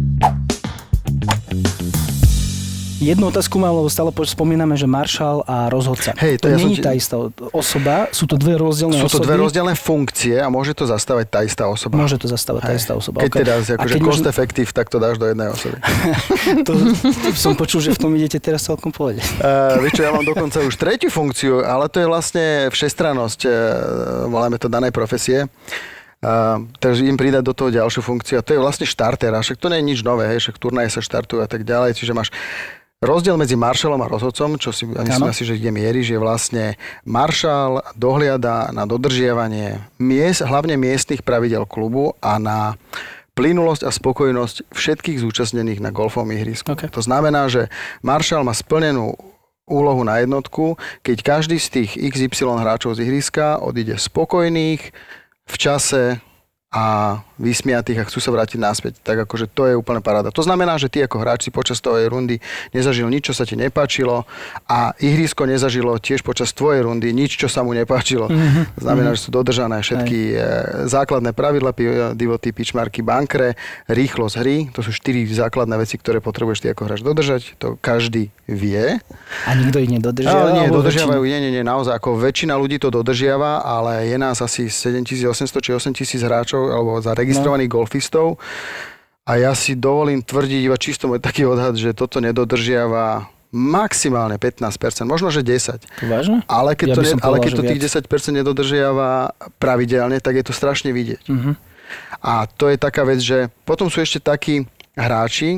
Jednu otázku mám, lebo stále spomíname, že maršal a rozhodca. Hej, to nie je tá istá osoba, sú to dve rozdielne osoby. Sú to dve rozdielne funkcie a môže to zastávať tá istá osoba. Môže to zastávať tá istá osoba. Keď teda akože cost effective, tak to dáš do jednej osoby. to som počul, že v tom idete teraz celkom povedať. Vieš čo, ja mám dokonca už tretiu funkciu, ale to je vlastne všestrannosť, voláme to danej profesie. Takže im pridať do toho ďalšiu funkciu a to je vlastne štarter, a však to nie je nič nové, hej, však turnaje sa štartujú a tak ďalej, čiže máš rozdiel medzi maršalom a rozhodcom, čo si myslím asi, že ide mieríš, je vlastne maršal dohliada na dodržiavanie hlavne miestnych pravidel klubu a na plynulosť a spokojnosť všetkých zúčastnených na golfovom ihrisku. Okay. To znamená, že maršal má splnenú úlohu na jednotku, keď každý z tých XY hráčov z ihriska odíde spokojných, v čase a vysmiatých a chcú sa vrátiť naspäť. Tak akože to je úplne paráda. To znamená, že ty ako hráč si počas tvojej rundy nezažil nič, čo sa ti nepáčilo a ihrisko nezažilo tiež počas tvojej rundy nič, čo sa mu nepáčilo. To znamená, že sú dodržané všetky základné pravidlá, divoty, pitchmarky, bankre, rýchlosť hry. To sú 4 základné veci, ktoré potrebuješ ty ako hráč dodržať. To každý vie. A nikto ich nedodržiava? Nie, dodržiavajú. Nie, naozaj. Ako väčšina ľudí to dodržiava, ale je nás asi 7800 či 8000 hráčov alebo zaregistrovaných golfistov a ja si dovolím tvrdiť iba čisto môj taký odhad, že toto nedodržiava maximálne 15%, možno že 10%. Vážne? Ale keď to tých 10% nedodržiava pravidelne, tak je to strašne vidieť. Uh-huh. A to je taká vec, že potom sú ešte takí hráči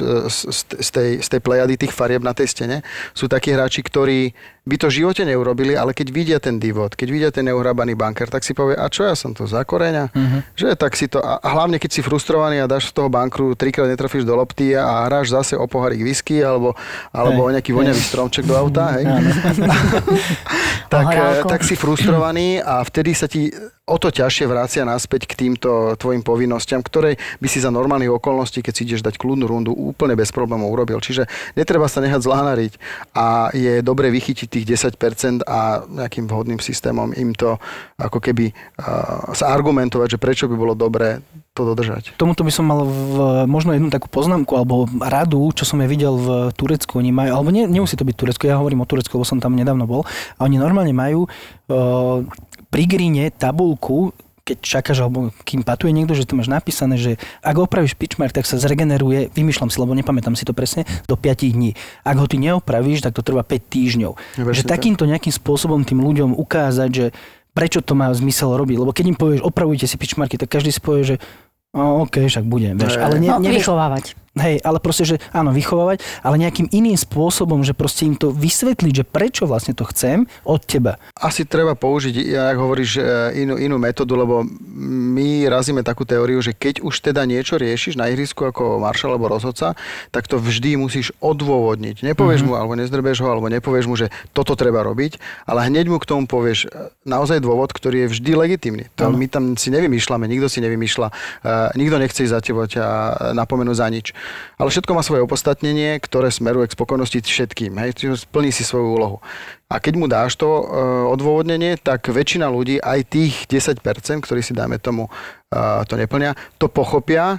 z tej plejady tých farieb na tej stene, sú takí hráči, ktorí by to v živote neurobili, ale keď vidia ten divot, keď vidia ten neuhrabaný bunker, tak si povie, a čo ja som to za koreňa? Uh-huh. Že tak si to, a hlavne keď si frustrovaný a dáš z toho bunkru 3-krát netrafíš do lopty a hráš zase o pohárik whisky alebo o nejaký voňavý stromček do auta, hej? tak si frustrovaný a vtedy sa ti o to ťažšie vracia naspäť k týmto tvojim povinnostiam, ktoré by si za normálnych okolností, keď si ideš dať kľudnú rundu, úplne bez problémov urobil. Čiže netreba sa nehať zlánariť a je dobre vychytiť tých 10% a nejakým vhodným systémom im to ako keby sa argumentovať, že prečo by bolo dobré to dodržať. Tomuto by som mal možno jednu takú poznámku alebo radu, čo som ja videl v Turecku. Oni majú, alebo nemusí to byť Turecko, ja hovorím o Turecku, lebo som tam nedávno bol. A oni normálne majú pri greene tabuľku, keď čakáš, alebo kým patuje niekto, že tu máš napísané, že ak opravíš pitchmark, tak sa zregeneruje, vymýšľam si, lebo nepamätám si to presne, do 5 dní. Ak ho ty neopravíš, tak to trvá 5 týždňov. Že takýmto nejakým spôsobom tým ľuďom ukázať, že prečo to má zmysel robiť. Lebo keď im povieš, opravujte si pitchmarky, tak každý si povie, že OK, však budem, vieš, ale vychovávať. Hej, ale proste, že áno, vychovávať, ale nejakým iným spôsobom, že proste im to vysvetliť, že prečo vlastne to chcem od teba. Asi treba použiť, jak hovoríš, inú metódu, lebo my razíme takú teóriu, že keď už teda niečo riešiš na ihrisku ako maršal alebo rozhodca, tak to vždy musíš odôvodniť. Nepovieš mu, alebo nezdrbeš ho, alebo nepovieš mu, že toto treba robiť, ale hneď mu k tomu povieš naozaj dôvod, ktorý je vždy legitímny. To my tam si nevymýšľame, nikto si nevymýšľa, nikto nechce ísť za teba ťa napomenúť za nič. Ale všetko má svoje opodstatnenie, ktoré smeruje k spokojnosti všetkým. Hej? Splní si svoju úlohu. A keď mu dáš to odôvodnenie, tak väčšina ľudí, aj tých 10%, ktorí si dáme tomu to neplnia, to pochopia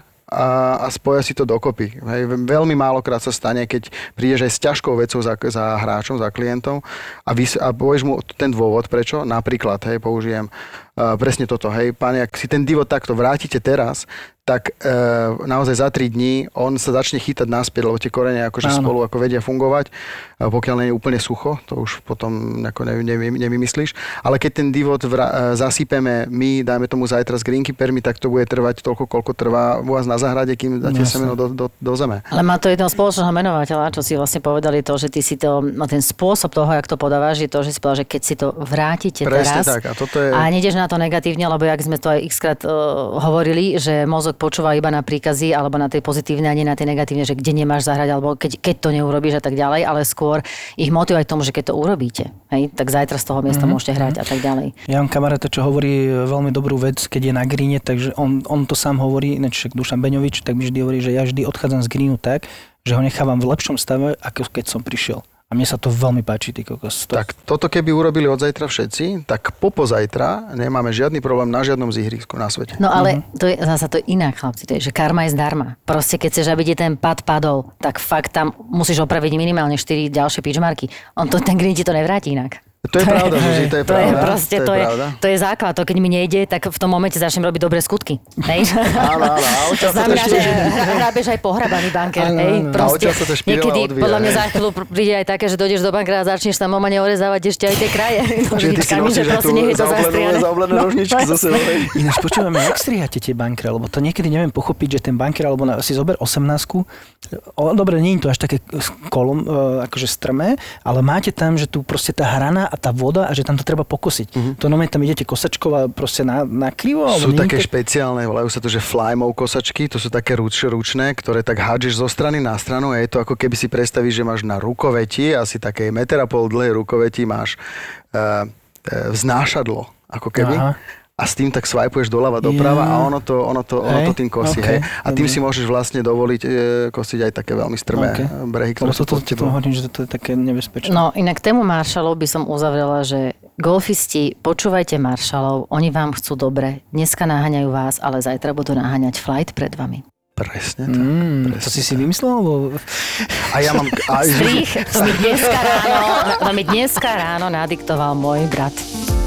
a spoja si to dokopy. Hej. Veľmi málokrát sa stane, keď prídeš aj s ťažkou vecou za hráčom, za klientom a povieš mu ten dôvod, prečo. Napríklad, použijem presne toto. Hej, pán, ak si ten divot takto vrátite teraz, tak naozaj za 3 dní on sa začne chytať naspäť, lebo tie korene akože spolu ako vedia fungovať, pokiaľ nie je úplne sucho, to už potom nevymyslíš. Ale keď ten divot zasypeme my, dajme tomu zajtra s greenkeepermi, tak to bude trvať toľko, koľko trvá u vás na záhrade, kým dáte semeno do zeme. Ale má to jedného spoločného menovateľa, čo si vlastne povedali to, že ty si to, ten spôsob toho, jak to podávaš, je to, že si povedal, že keď si to vrátite presne teraz tak, a toto je... a nejdeš na to negatívne, lebo jak sme to aj x-krát hovorili, že mozog počúva iba na príkazy alebo na tej pozitívne a nie na tej negatívne, že kde nemáš zahrať alebo keď to neurobíš a tak ďalej, ale skôr ich motivovať k tomu, že keď to urobíte, hej, tak zajtra z toho miesta môžete hrať a tak ďalej. Ja mám kamaráta, čo hovorí veľmi dobrú vec, keď je na greene, takže on to sám hovorí, ináč Dušan Beňovič, tak mi vždy hovorí, že ja vždy odchádzam z greenu tak, že ho nechávam v lepšom stave, ako keď som prišiel. A mne sa to veľmi páči, ty kokos. Tak toto keby urobili od zajtra všetci, tak popozajtra nemáme žiadny problém na žiadnom z ihrisku na svete. No ale to je zasa to inak, chlapci, to je, že karma je zdarma. Proste keď chceš, aby ti ten pad padol, tak fakt tam musíš opraviť minimálne 4 ďalšie pitchmarky. Ten green ti to nevráti inak. To je pravda, že to je pravda. To je základ. To keď mi nejde, tak v tom momente začnem robiť dobré skutky. Hej? Áno. To znamená, že hrábeš aj pohrabaný banker. Hej? Proste, niekedy podľa mňa za chvíľu príde aj také, že dojdeš do bankera a začneš tam omane orezávať ešte aj tie kraje nožničkami, že proste nech je to zastriané. Zaoblené nožničky zo sebou. Ináč počúvame, jak strihate tie bankere, lebo to niekedy neviem pochopiť, že ten banker, alebo si zober 18-ku, dobre, nie je to až také kolom, akože strmé, ale máte tam, že tu proste tá hrana a tá voda a že tam to treba pokosiť. To tam idete kosačkou a proste na krivo? Sú také špeciálne, volajú sa to, že flymov kosačky, to sú také ručné, ktoré tak hádžeš zo strany na stranu a je to ako keby si predstavíš, že máš na rukoveti, asi také 1,5 m dlhé rukoveti máš vznášadlo, ako keby. Aha. A s tým tak swipuješ doľava, doprava a ono to tým kosí. Okay. A tým si môžeš vlastne dovoliť kosiť aj také veľmi strmé brehy, ktoré sú pod tebou. Hovorím, že to je také nebezpečné. No inak tému maršalov by som uzavrela, že golfisti, počúvajte maršalov, oni vám chcú dobre. Dneska naháňajú vás, ale zajtra budú naháňať flight pred vami. Presne tak. To si vymyslel? Alebo... A ja mám... Strich, to mi dneska ráno nadiktoval môj brat.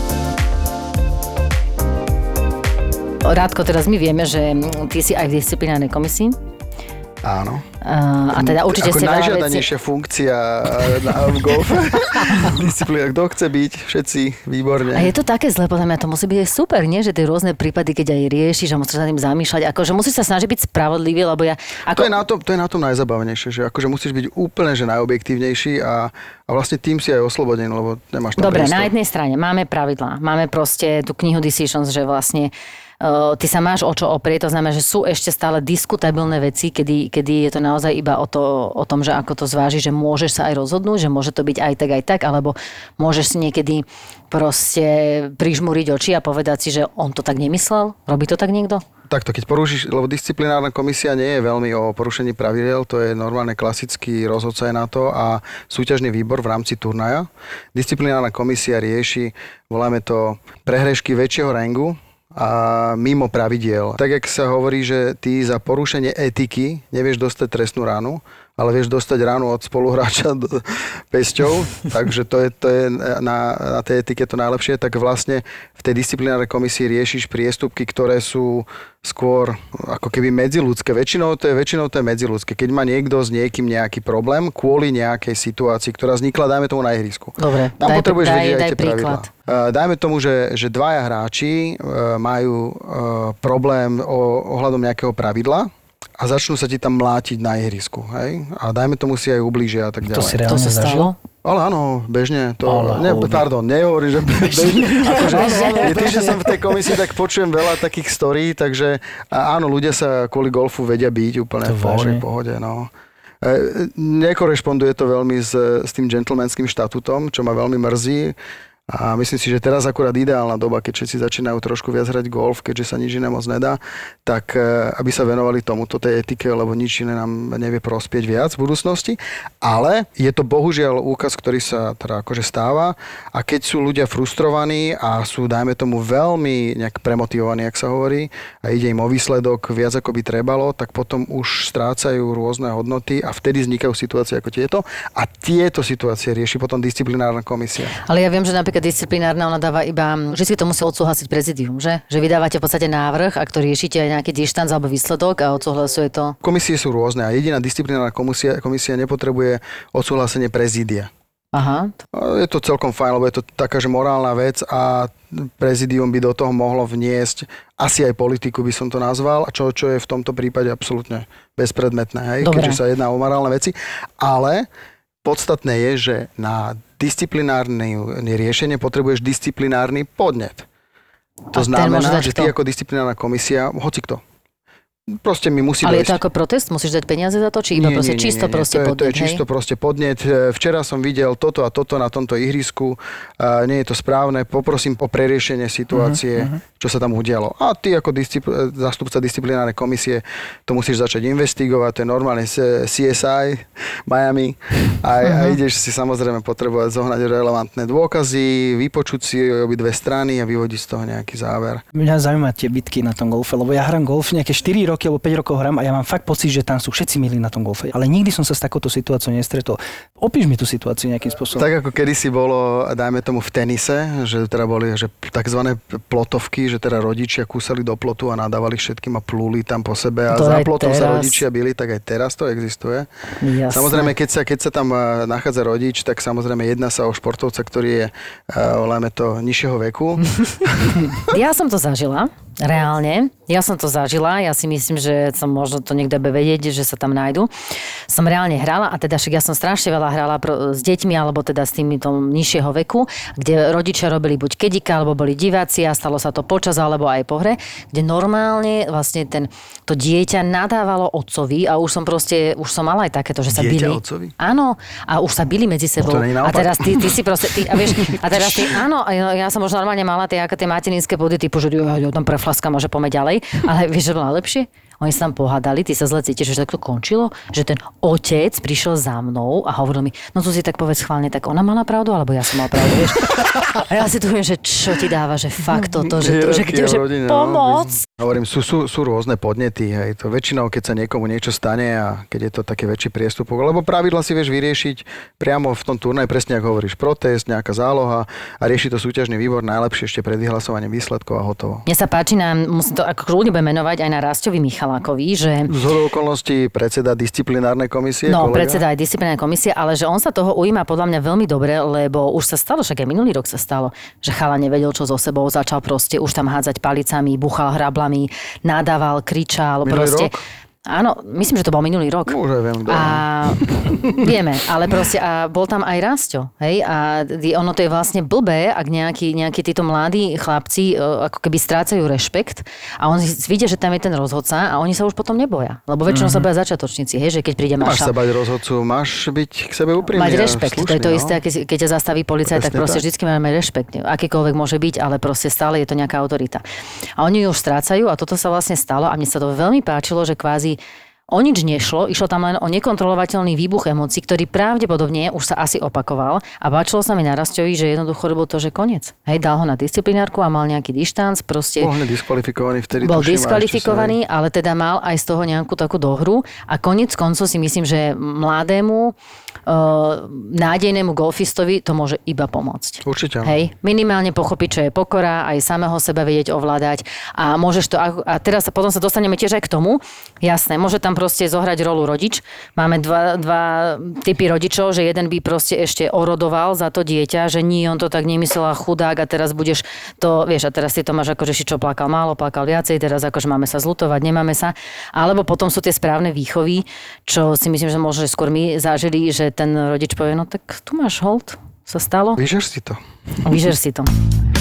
Rádko, teraz my vieme, že ty si aj v disciplinárnej komisii. Áno. A teda určite ste veľa vecí... najžiadanejšia funkcia v golfe. Disciplína, kto chce byť, všetci, výborne. A je to také zle, podľa mňa to musí byť aj super, nie? Že tie rôzne prípady, keď aj riešiš a musíš sa tým zamýšľať, akože musíš sa snažiť byť spravodlivý, lebo ja... To je na tom najzabavnejšie, že akože musíš byť úplne že najobjektívnejší a vlastne tým si aj oslobodený, lebo nemáš tam Dobre, priestor. Na jednej strane máme pravidlá, máme proste tú knihu Decisions, že vlastne ty sa máš o čo oprieť, to znamená, že sú ešte stále diskutabilné veci, kedy je to naozaj iba o tom, že ako to zvážiš, že môžeš sa aj rozhodnúť, že môže to byť aj tak, alebo môžeš si niekedy proste prižmúriť oči a povedať si, že on to tak nemyslel. Robí to tak niekto? Takto, keď porušíš, lebo disciplinárna komisia nie je veľmi o porušení pravidiel, to je normálne klasický rozhodca je na to a súťažný výbor v rámci turnaja. Disciplinárna komisia rieši, voláme to prehrešky väčšieho rangu, a mimo pravidiel. Tak, jak sa hovorí, že ty za porušenie etiky nevieš dostať trestnú ránu, ale vieš dostať ránu od spoluhráča pesťou, takže to je na tej etike to najlepšie, tak vlastne v tej disciplinárnej komisii riešiš priestupky, ktoré sú skôr ako keby medziľudské. Väčšinou to je medziľudské. Keď má niekto s niekým nejaký problém kvôli nejakej situácii, ktorá vznikla, dajme tomu na ihrisku. Dobre, tam potrebuješ vedieť aj tie príklad. pravidlá. Dajme tomu, že dvaja hráči majú problém ohľadom nejakého pravidla a začnú sa ti tam mlátiť na ihrisku. Hej? A dajme tomu si aj ublížia a tak ďalej. To si reálne zažil? Ale áno, bežne. Nehovorím, že bežne. Tým, že som v tej komisii, tak počujem veľa takých storí, takže áno, ľudia sa kvôli golfu vedia byť úplne v pohode. No. Nekorešponduje to veľmi s tým gentlemanským štatútom, čo ma veľmi mrzí. A myslím si, že teraz akurát ideálna doba, keď všetci začínajú trošku viac hrať golf, keďže sa nič iné moc nedá, tak aby sa venovali tomuto, tej etike, lebo nič iné nám nevie prospieť viac v budúcnosti. Ale je to bohužiaľ úkaz, ktorý sa teda akože stáva a keď sú ľudia frustrovaní a sú, dajme tomu, veľmi nejak premotivovaní, jak sa hovorí, a ide im o výsledok viac ako by trebalo, tak potom už strácajú rôzne hodnoty a vtedy vznikajú situácie ako tieto. A tieto situácie rieši potom disciplinárna komisia. Ale ja viem, že napríklad disciplinárna, ona dáva iba, že si to musí odsúhlasiť prezidium, že? Že vydávate v podstate návrh, ak to riešite aj nejaký dištanc alebo výsledok a odsúhlasuje to. Komisie sú rôzne a jediná disciplinárna komisia nepotrebuje odsúhlasenie prezídia. Aha. Je to celkom fajn, lebo je to taká, že morálna vec a prezidium by do toho mohlo vniesť asi aj politiku, by som to nazval, a čo je v tomto prípade absolútne bezpredmetné, hej? Keďže sa jedná o morálne veci. Ale podstatné je, že na disciplinárne riešenie potrebuješ disciplinárny podnet. To znamená, že ty ako disciplinárna komisia, hocikto, proste mi musí Ale dojsť. je to ako protest? Musíš dať peniaze za to? Či iba čisto podnet? To je čisto proste podnet. Včera som videl toto a toto na tomto ihrisku. Nie je to správne. Poprosím o preriešenie situácie, čo sa tam udialo. A ty ako zástupca disciplinárnej komisie to musíš začať investigovať. To je normálne CSI Miami. A ideš si samozrejme potrebovať zohnať relevantné dôkazy, vypočuť si obidve strany a vyvodiť z toho nejaký záver. Mňa zaujíma tie bitky na tom golfe, lebo ja hrám golf nejaké 4 roky alebo 5 rokov hrám a ja mám fakt pocit, že tam sú všetci milí na tom golfe. Ale nikdy som sa s takouto situáciou nestretol. Opíš mi tú situáciu nejakým spôsobom. Tak ako kedysi bolo, dajme tomu v tenise, že teda boli že takzvané plotovky, že teda rodičia kúsali do plotu a nadávali všetkým a plúli tam po sebe a za plotom sa rodičia bili, tak aj teraz to existuje. Jasne. Samozrejme, keď sa tam nachádza rodič, tak samozrejme jedná sa o športovca, ktorý je, voláme to, nižšieho veku. Ja som to zažila. Reálne. Ja som to zažila. Ja si myslím, že som možno to niekto bude vedieť, že sa tam nájdu. Som reálne hrala a teda však ja som strašne veľa hrala s deťmi alebo teda s týmito nižšieho veku, kde rodičia robili buď kedika, alebo boli diváci a stalo sa to počas alebo aj po hre, kde normálne vlastne to dieťa nadávalo otcovi a už som mala aj takéto, že sa bili. Dieťa otcovi? Áno. A už sa bili medzi sebou. A teraz ty si proste, áno, ja som možno normálne mala tie materinské body typu, že ja tam preflaskám a že poďme ďalej. Ale vieš, že bolo najlepšie? Oni sa tam pohádali, ty sa zle cítiš, že tak to končilo, že ten otec prišiel za mnou a hovoril mi, no tu si tak povedz schválne, tak ona mala pravdu, alebo ja som mala pravdu, vieš. A ja si tu viem, že čo ti dáva, že fakt toto, že pomoc. Hovorím, sú rôzne podnety, hej, to väčšinou, keď sa niekomu niečo stane a keď je to taký väčší priestupok, lebo pravidla si vieš vyriešiť priamo v tom turnaji, presne ako hovoríš, protest, nejaká záloha a rieši to súťažný výbor najlepšie ešte pred vyhlasovaním výsledkov a hotovo. Mne sa páči, musím to ako kľudne menovať aj na Rastovi Michalákovi, že zhodou okolností predseda disciplinárnej komisie. No, predseda aj disciplinárnej komisie, ale že on sa toho ujíma podľa mňa veľmi dobre, lebo už sa stalo, však aj minulý rok sa stalo, že chala nevedel, čo so sebou, začal proste už tam hádzať palicami, buchal hrablami, nadával, kričal, minulý proste. Rok? Áno, myslím, že to bol minulý rok. Už aj viem, vieme, ale proste a bol tam aj Rasto, hej, a ono to je vlastne blbé, ak nejakí títo mladí chlapci ako keby strácajú rešpekt a oni vidia, že tam je ten rozhodca a oni sa už potom neboja, lebo väčšinou sa boja začiatočníci, hej, že keď príde Máš sa bať rozhodcu, máš byť k sebe úprimný. Mať rešpekt, to je to isté, keď ťa zastaví policajt, tak proste vždycky máme rešpekt, akýkoľvek môže byť, ale proste stále je to nejaká autorita. A oni ju už strácajú a toto sa vlastne stalo a mne sa to veľmi páčilo, že kvázi o nič nešlo, išlo tam len o nekontrolovateľný výbuch emócií, ktorý pravdepodobne už sa asi opakoval a páčilo sa mi na Rastovi, že jednoducho robil to, že koniec. Hej, dal ho na disciplinárku a mal nejaký dištanc, proste. Bol diskvalifikovaný vtedy. Bol diskvalifikovaný, ale teda mal aj z toho nejakú takú dohru a koniec koncov si myslím, že mladému nádejnému golfistovi to môže iba pomôcť. Určite. Hej, minimálne pochopiť, čo je pokora, aj samého seba vedieť ovládať a môžeš to, a teraz potom sa dostaneme tiež aj k tomu, jasné, môže tam proste zohrať rolu rodič. Máme dva typy rodičov, že jeden by proste ešte orodoval za to dieťa, že nie, on to tak nemyslel a chudák a teraz budeš to, vieš, a teraz si to máš ako, že si čo plakal málo, plakal viacej, teraz akože máme sa zľutovať, nemáme sa. Alebo potom sú tie správne výchovy, čo si myslím, že možno skôr my zažili, že ten rodič povie, no tak tu máš hold, sa stalo. Vyžer si to. Vyžer si to.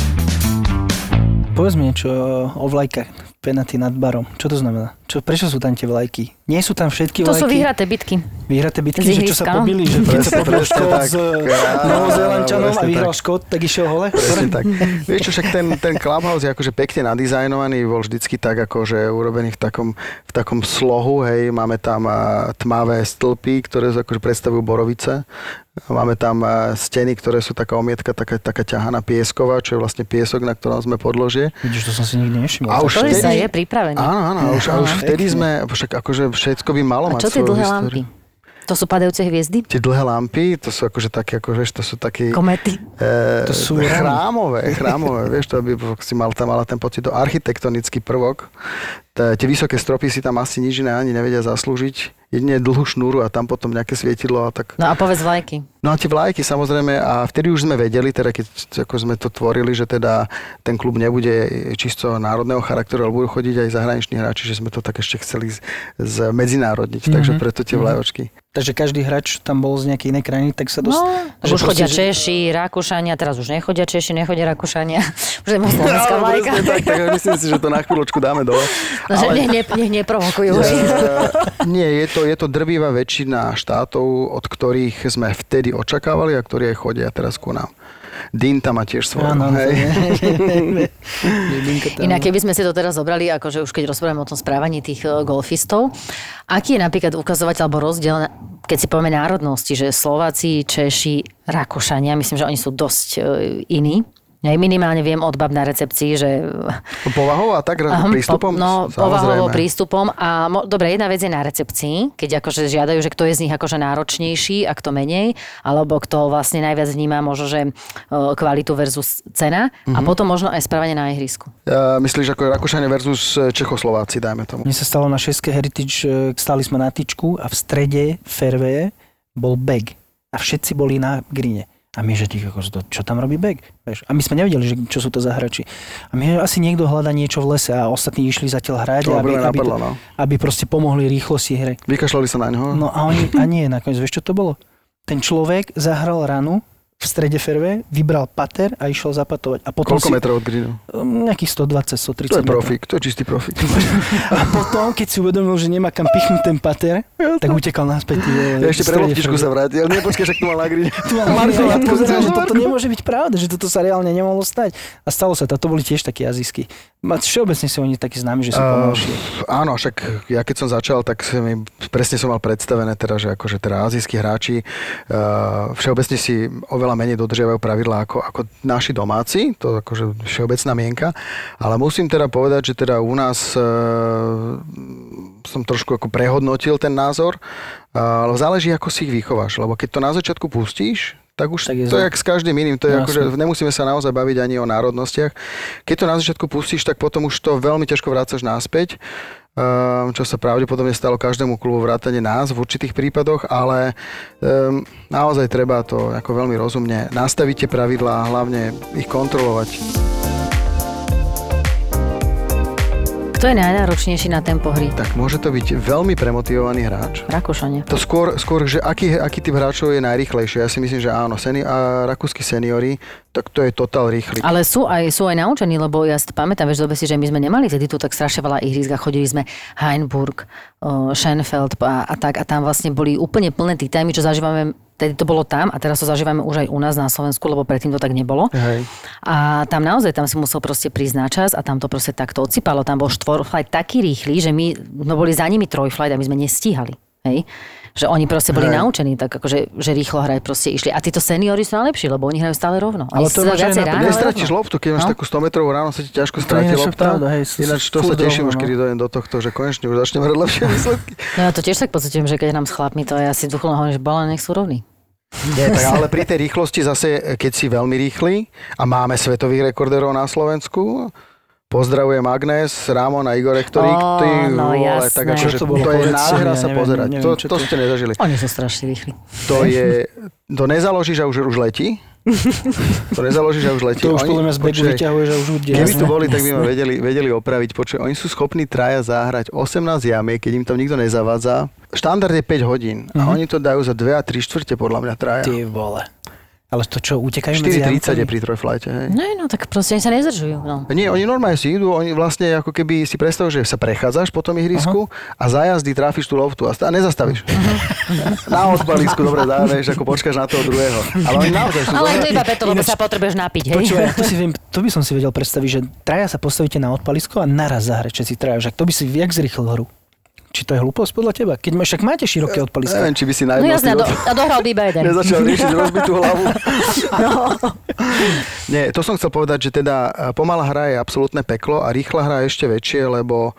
Povedz mi niečo o vlajkách, penaty nad barom. Čo to znamená? Prečo sú tam tie vlajky? Nie sú tam všetky vlajky? To sú vyhraté bitky. Vyhraté bitky, že čo sa pobili, že keď sa pobil Škót s Novozélančanom a vyhral Škót, tak išiel hole? Presne tak. Vieš čo, však ten Clubhouse je akože pekne nadizajnovaný, bol vždycky tak akože urobený v takom slohu, hej, máme tam tmavé stĺpy, ktoré akože predstavujú borovice. Máme tam steny, ktoré sú taká omietka, taká ťahaná piesková, čo je vlastne piesok, na ktorom sme podložie. Vidíš, to som si nikdy nevšimol. A už vtedy sa je pripravený. Áno, už vtedy sme, však akože všetko by malo mať svoju históriu. A čo tie dlhé lampy? To sú padajúce hviezdy? Tie dlhé lampy, to sú akože také, akože, to sú také... Komety. To sú chrámové, vieš, to by si mala ten pocit, to architektonický prvok. Tie vysoké stropy si tam asi nič iné ani nevedia zaslúžiť. Jedine dlhú šnúru a tam potom nejaké svietidlo a tak. No a povedz vlajky. No a tie vlajky samozrejme a vtedy už sme vedeli, teda keď ako sme to tvorili, že teda ten klub nebude čisto národného charakteru, ale budú chodiť aj zahraniční hráči, že sme to tak ešte chceli medzinárodniť, takže preto tie vlajočky. Takže každý hráč tam bol z nejakej inej krajiny, tak sa dostal. No, už chodia Češi, Rakúšania, teraz už nechodia Češi, nechodia Rakúšania. Už je slovenská vlajka. Tak myslím si, že to na chvíľočku dáme dole. No, že nech neprovokujú. Nie, je to drvivá väčšina štátov, od ktorých sme vtedy očakávali a ktorí aj chodia teraz ku nám. Dín tam má tiež svoje. Áno, Inak keby sme si to teraz zobrali, akože už keď rozprávame o tom správaní tých golfistov, aký je napríklad ukazovateľ alebo rozdiel, keď si povieme národnosti, že Slováci, Češi, Rakúšania, myslím, že oni sú dosť iní. Ja minimálne viem od bab na recepcii, že... Povahou a tak prístupom? Povahovo prístupom. A dobre, jedna vec je na recepcii, keď akože žiadajú, že kto je z nich akože náročnejší a kto menej, alebo kto vlastne najviac vníma možno, že kvalitu versus cena a potom možno aj správanie na ihrisku. Myslíš ako Rakúšania versus Čechoslováci, dajme tomu? Mne sa stalo na 6. Heritage, stáli sme na tyčku a v strede fairwaye bol bag a všetci boli na greene. A my, že čo tam robí bag? A my sme nevedeli, že čo sú to za hráči. A my, asi niekto hľadá niečo v lese a ostatní išli zatiaľ hrať, aby proste pomohli rýchlosti hre. Vykašľali sa na ňo? No a oni, nie, nakoniec, vieš čo to bolo? Ten človek zahral ranu v strede fairway, vybral pater a išiel zapatovať. A potom koľko metrov od greenu? Nejakých 120, 130 metrov. To je profík, to je čistý profík. A potom, keď si uvedomil, že nemá kam pichnúť ten pater, tak utekal naspäť. Ešte pre loptičku sa vrátil. Nie, počkaj, však tu mal na greene. Tu mal Marko, že toto nemôže byť pravda, že toto sa reálne nemohlo stať. A stalo sa to boli tiež takí azijskí. Všeobecne sú oni takí známi, že sú pomalší. Áno, však ja keď som začal, tak presne som mal predstavené teda, že akože teda azijskí hráči všeobecne si oveľa menej dodržiavajú pravidlá ako naši domáci, to akože všeobecná mienka, ale musím teda povedať, že teda u nás som trošku ako prehodnotil ten názor, ale záleží, ako si ich vychováš, lebo keď to na začiatku pustíš, tak už tak to je jak s každým iným, to je ako, že nemusíme sa naozaj baviť ani o národnostiach. Keď to na začiatku pustíš, tak potom už to veľmi ťažko vrácaš naspäť, čo sa pravdepodobne stalo každému klubu vrátane nás v určitých prípadoch, ale naozaj treba to ako veľmi rozumne nastaviť tie pravidlá a hlavne ich kontrolovať. Kto je najnáročnejší na tempo hry? Tak môže to byť veľmi premotivovaný hráč. Rakúšania. To skôr že aký typ hráčov je najrýchlejší. Ja si myslím, že áno, rakúski seniori, tak to je totál rýchly. Ale sú aj naučení, lebo ja si pamätám, vieš, dobe si, že my sme nemali vtedy tu tak strašne veľa ihrisk a chodili sme Hainburg, Schönfeld a tak a tam vlastne boli úplne plné tí tajmy, čo zažívame tedy to bolo tam a teraz to zažívame už aj u nás na Slovensku, lebo predtým to tak nebolo. Hej. A tam naozaj, tam si musel proste prísť na čas a tam to proste takto odsypalo. Tam bol 4-flight taký rýchly, že my boli za nimi 3-flight a my sme nestíhali. Hej? Že oni proste boli naučení, tak akože že rýchlo hrať proste išli. A títo seniori sú najlepší, lebo oni hrajú stále rovno. Ale to máš nestratíš loptu, keď máš takú 100 metrovú ráno, sa ti ťažko stráti lopta. Ináč to sa teším už, keď dojdem do tohto, že konečne už začnem hrať lepšie výsledky. No ja to tiež tak pocitujem, že keď hrám s chlapmi, to ja si duchovno hovorím, že bola, nech sú rovní. Nie, tak ale pri tej rýchlosti zase, keď si veľmi rýchly a máme svetových rekordérov na Slovensku, pozdravujem Agnes, Ramon a Igor, ktorí tak akože to je nádhera sa pozerať. To ste nezažili. Oni sú strašne rýchli. To nezaložíš a už letí. To nezaložíš a už letí. To už podľa mňa z beku vyťahuješ a už ide. Keby tu boli, tak by ma vedeli opraviť. Oni sú schopní traja zahrať 18 jamiek, keď im tam nikto nezavádza. Štandard je 5 hodín a oni to dajú za 2 a 3/4 podľa mňa traja. Ty vole. Ale to čo, utekajú medzi jamkami? 4:30 je pri trojflighte, hej. No tak proste oni sa nezdržujú. No. Nie, oni normálne si idú, oni vlastne ako keby si predstav, že sa prechádzaš po tom ihrisku a za jazdy trafíš tú loptu a nezastavíš. Na odpalisku, dobre, dávaš, ako počkáš na toho druhého. Ale oni naozaj sú... Ale to iba preto, lebo sa potrebuješ napiť, hej. Počúvaj, to by som si vedel predstaviť, že traja sa postavíte na odpalisko a naraz zahrať všetci traja. Že to by si jak zrýchlil hru. Či to je hlúposť podľa teba? Keď však máte široké odpalisko. Neviem, či by si No jasné, a dohral by iba jeden. Nezačal riešiť rozbitú hlavu. No. Nie, to som chcel povedať, že teda pomalá hra je absolútne peklo a rýchla hra je ešte väčšie, lebo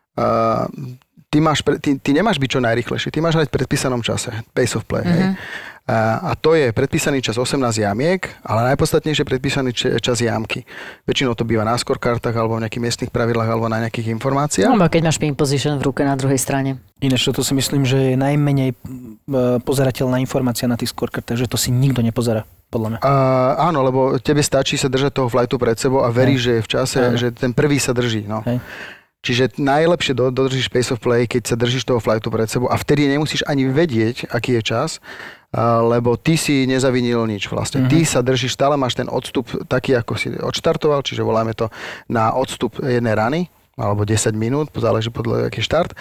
ty nemáš byť čo najrýchlejší. Ty máš hrať v predpísanom čase. Pace of play. Hej. A to je predpísaný čas 18 jamiek, ale najpodstatnejšie predpísaný čas jamky. Väčšinou to býva na scorekartách alebo v nejakých miestnych pravidlách alebo na nejakých informáciách. No, keď máš pin position v ruke na druhej strane. Ináč toto si myslím, že je najmenej pozerateľná informácia na tých scorekartách, že to si nikto nepozerá. Podľa mňa. Áno, lebo tebe stačí sa držať toho flightu pred sebou a veríš, že je v čase, že ten prvý sa drží. No. Čiže najlepšie dodržíš pace of play, keď sa držíš toho flightu pred sebou a vtedy nemusíš ani vedieť, aký je čas, lebo ty si nezavinil nič vlastne. Ty sa držíš, stále máš ten odstup taký, ako si odštartoval, čiže voláme to na odstup jednej rany, alebo 10 minút, záleží podľa aký štart.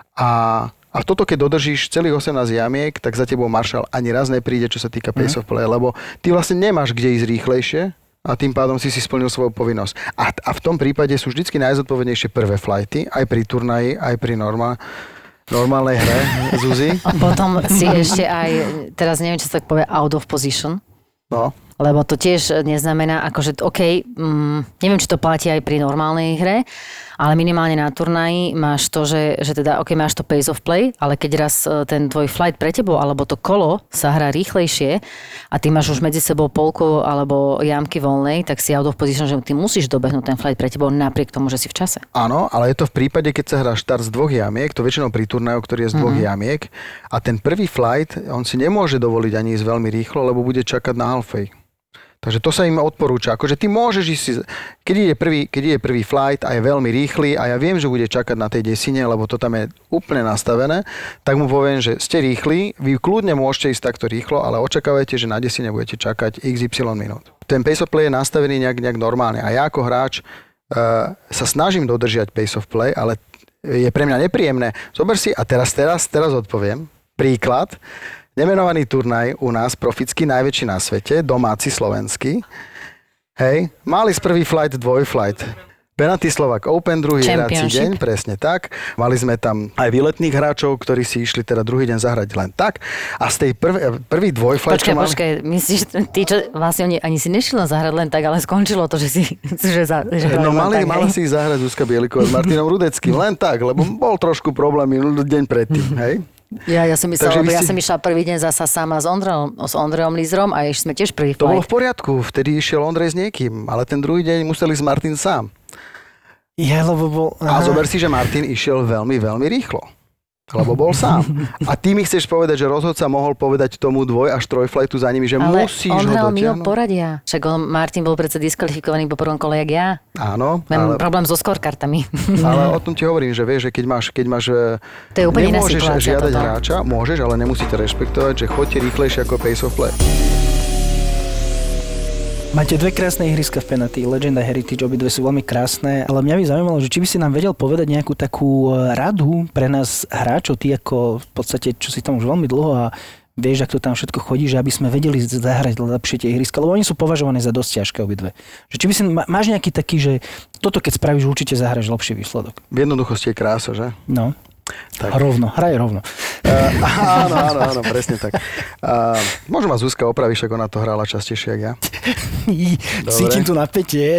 A toto, keď dodržíš celých 18 jamiek, tak za tebou maršal ani raz nepríde, čo sa týka pace of play, lebo ty vlastne nemáš kde ísť rýchlejšie, a tým pádom si splnil svoju povinnosť. A v tom prípade sú vždycky najzodpovednejšie prvé flighty, aj pri turnaji, aj pri normálnej hre, Zuzi. A potom si ešte aj, teraz neviem, čo sa tak povie, out of position. No. Lebo to tiež neznamená, akože neviem, či to platí aj pri normálnej hre, ale minimálne na turnaji máš to, že teda, máš to pace of play, ale keď raz ten tvoj flight pre tebou, alebo to kolo sa hrá rýchlejšie a ty máš už medzi sebou polku alebo jamky voľnej, tak si out of position, že ty musíš dobehnúť ten flight pre tebou napriek tomu, že si v čase. Áno, ale je to v prípade, keď sa hrá štart z 2 jamiek, to väčšinou pri turnaju, ktorý je z 2 jamiek a ten prvý flight, on si nemôže dovoliť ani ísť veľmi rýchlo, lebo bude čakať na halfway. Takže to sa im odporúča. Akože ty môžeš ísť, keď je prvý flight a je veľmi rýchly a ja viem, že bude čakať na tej desine, lebo to tam je úplne nastavené, tak mu poviem, že ste rýchli, vy kľudne môžete ísť takto rýchlo, ale očakávajte, že na desine budete čakať XY minút. Ten pace of play je nastavený nejak normálne a ja ako hráč sa snažím dodržiať pace of play, ale je pre mňa nepríjemné. Zober si a teraz odpoviem. Príklad. Nemenovaný turnaj u nás, profický, najväčší na svete, domáci slovenský. Hej, mali z prvý flight, dvojflight. Penalty Slovak Open, druhý hrací deň, presne tak. Mali sme tam aj výletných hráčov, ktorí si išli teda druhý deň zahrať len tak. A z tej prvý dvojflight... Počkaj, myslíš, ty čo vlastne ani si nešiel zahrať len tak, ale skončilo to, že si... No mala si zahrať Zuzka Bieliková s Martinom Rudeckým, len tak, lebo bol trošku problém deň predtým, hej. Ja som myslela, lebo ja som išla prvý deň zasa sama s Ondrejom Lízrom a ešte sme tiež prvý flight. To bolo v poriadku, vtedy išiel Ondrej s niekým, ale ten druhý deň museli ísť Martin sám. A zober si, že Martin išiel veľmi, veľmi rýchlo. Lebo bol sám. A ty mi chceš povedať, že rozhodca mohol povedať tomu 2 až 3 flightu za nimi, že ale musíš ho dotiahnuť. Ale on hral mimo poradia. Však Martin bol predsa diskvalifikovaný po prvom kole, jak ja. Áno. Mám problém so scorekartami. Ale o tom ti hovorím, že vieš, že keď máš to je úplne nemôžeš žiadať hráča, môžeš, ale nemusíte rešpektovať, že choďte rýchlejšie ako pace of play. Máte 2 krásne ihriska v Penaty, Legend a Heritage, obidve sú veľmi krásne, ale mňa by zaujímalo, že či by si nám vedel povedať nejakú takú radu pre nás hráčov, ty ako v podstate, čo si tam už veľmi dlho a Vieš, ak to tam všetko chodí, že aby sme vedeli zahrať lepšie tie ihriska, lebo oni sú považované za dosť ťažké obidve. Že či by si máš nejaký taký, že toto keď spravíš, určite zahraš lepší výsledok. V jednoduchosti je krása, že? No. Tak. Hraj rovno. Áno, presne tak. Môžem vás Zuzka opraviť, však ona to hrála častejšie, jak ja. Cítim tu napätie.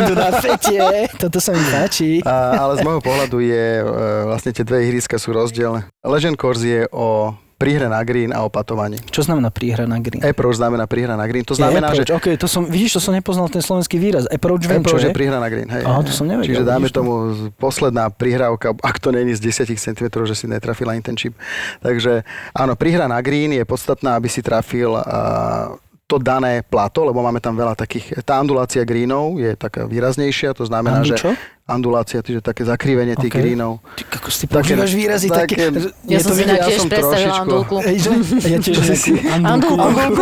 Toto sa mi páči. Ale z môjho pohľadu je, vlastne tie dve ihriska sú rozdielne. Legend Course je o príhre na green a o patovaní. Čo znamená príhra na green? Approach znamená príhra na green. To znamená, že... Okay, vidíš, to som nepoznal ten slovenský výraz. Approach viem, čo je príhra na green. Hej. Aha, to som nevedel. Čiže dáme tomu posledná prihrávka, ak to není z 10 cm, že si netrafil ani ten čip. Takže áno, príhra na green je podstatná, aby si trafil to dané plato, lebo máme tam veľa takých... Tá andulácia greenov je taká výraznejšia, to znamená, že... Andulácia, čiže také zakrivenie tých greenov. Ty ako si používaš výrazy také... Ja som si tiež predstavila andulku. Ja tiež andulku.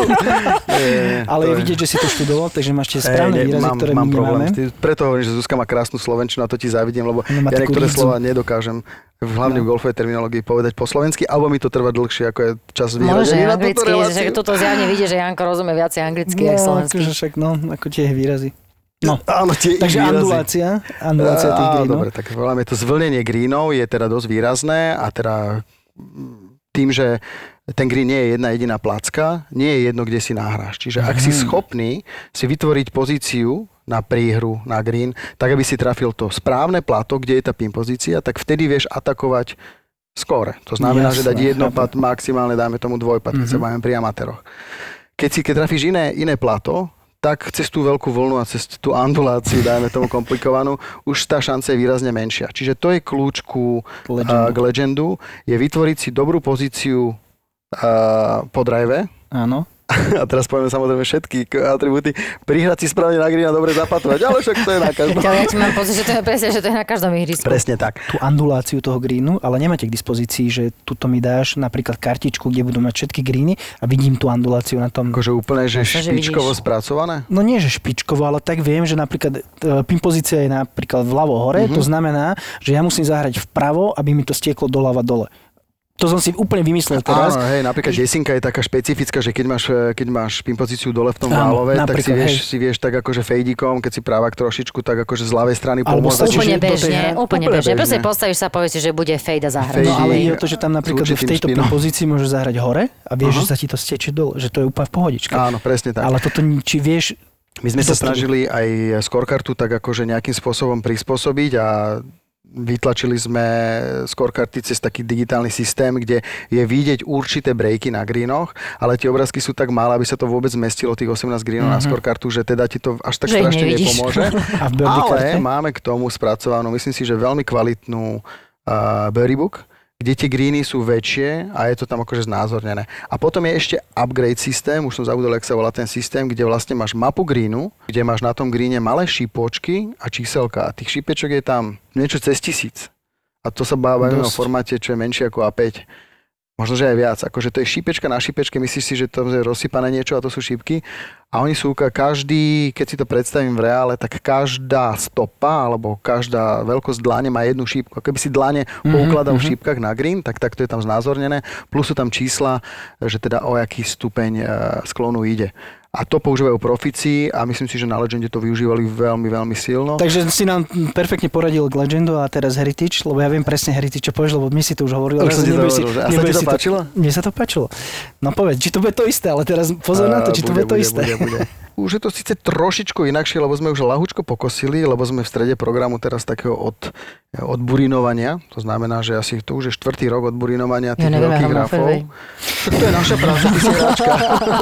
Ale je vidieť, že si to študoval, takže máš tie správne výrazy, ktoré my nemáme. Preto hovorím, že Zuzka má krásnu slovenčinu a to ti závidím, lebo ja niektoré slova nedokážem hlavne v golfovej terminológii povedať po slovensky, alebo mi to trvá dlhšie, ako je čas vyradený na túto reláciu. Môže, toto zjavne vidie, že Janko rozumie viacej anglicky ako slovensky. Ako tie výrazy. No, áno, takže andulácia tých greenov. Dobre, tak voláme to zvlnenie greenov, je teda dosť výrazné a teda tým, že ten green nie je jedna jediná placka, nie je jedno, kde si nahráš. Čiže ak si schopný si vytvoriť pozíciu na príhru, na green, tak aby si trafil to správne plato, kde je tá pin pozícia, tak vtedy vieš atakovať skóre. To znamená, že dať jednopad, maximálne dáme tomu dvojpad, keď sa bavíme pri amatéroch. Keď trafíš iné plato, tak cez tú veľkú vlnu a cez tú anduláciu, dajme tomu komplikovanú, už tá šanca je výrazne menšia. Čiže to je kľúč k legendu, je vytvoriť si dobrú pozíciu po drive. Áno. A teraz povieme samozrejme všetky atribúty. Prihrať si správne na green a dobre zapatovať, ale však to je na každom. Ja ti mám pocit, že to je presne, že to je na každom ihrisku. Presne tak. Tú anduláciu toho greenu, ale nemáte k dispozícii, že tuto mi dáš napríklad kartičku, kde budú mať všetky greeny a vidím tú anduláciu na tom. Akože úplne, že špičkovo spracované? No nie, že špičkovo, ale tak viem, že napríklad pin pozícia je napríklad vľavo hore, to znamená, že ja musím zahrať vpravo, aby mi to stieklo doľava dole. To som si úplne vymyslel teraz. Áno, hej, napríklad jesinka je taká špecifická, že keď máš pin pozíciu dole v tom válove, tak si vieš tak akože fejdikom, keď si právak trošičku, tak akože z ľavej strany pomôcť. Úplne bežne. Proste postavíš sa a povieš, že bude fade a zahrať. No ale je to, že tam napríklad v tejto pin pozícii môžeš zahrať hore a vieš, že sa ti to stečie dole, že to je úplne v pohodičke. Áno, presne tak. Ale toto, či vieš... My sme sa snažili aj scorekartu tak akože nejakým spôsobom prispôsobiť a vytlačili sme scorekarty cez taký digitálny systém, kde je vidieť určité breaky na greenoch, ale tie obrázky sú tak malé, aby sa to vôbec zmestilo tých 18 greenov na scorekartu, že teda ti to až tak strašne nepomôže. Ale máme k tomu spracovanú, myslím si, že veľmi kvalitnú birdie book, kde tie greeny sú väčšie a je to tam akože znázornené. A potom je ešte upgrade systém, už som zabudol, jak sa volá ten systém, kde vlastne máš mapu greenu, kde máš na tom greene malé šípočky a číselka. A tých šípečok je tam niečo cez 1000. A to sa bavíme o formáte, čo je menšie ako A5. Možno, že aj viac. Akože to je šípečka na šípečke, myslíš si, že to je rozsypané niečo a to sú šípky. A oni sú každý, keď si to predstavím v reále, tak každá stopa alebo každá veľkosť dlane má jednu šípku. A keby si dlane poukladal v šípkach na green, tak to je tam znázornené. Plus sú tam čísla, že teda o aký stupeň sklonu ide. A to používajú profici a myslím si, že na Legende to využívali veľmi, veľmi silno. Takže si nám perfektne poradil k Legendu a teraz Heritage, lebo ja viem presne Heritage, čo povieš, lebo my si to už hovorili. A sa ti to páčilo? Mne sa to páčilo. No povedz, či to bude to isté, ale teraz pozor na to, či to bude to isté. Bude. Už je to síce trošičku inakšie, lebo sme už ľahučko pokosili, lebo sme v strede programu teraz takého odburinovania. To znamená, že asi to už je 4. rok odburinovania tých veľkých rafov. Tak to je naša práca, ty si hráčka.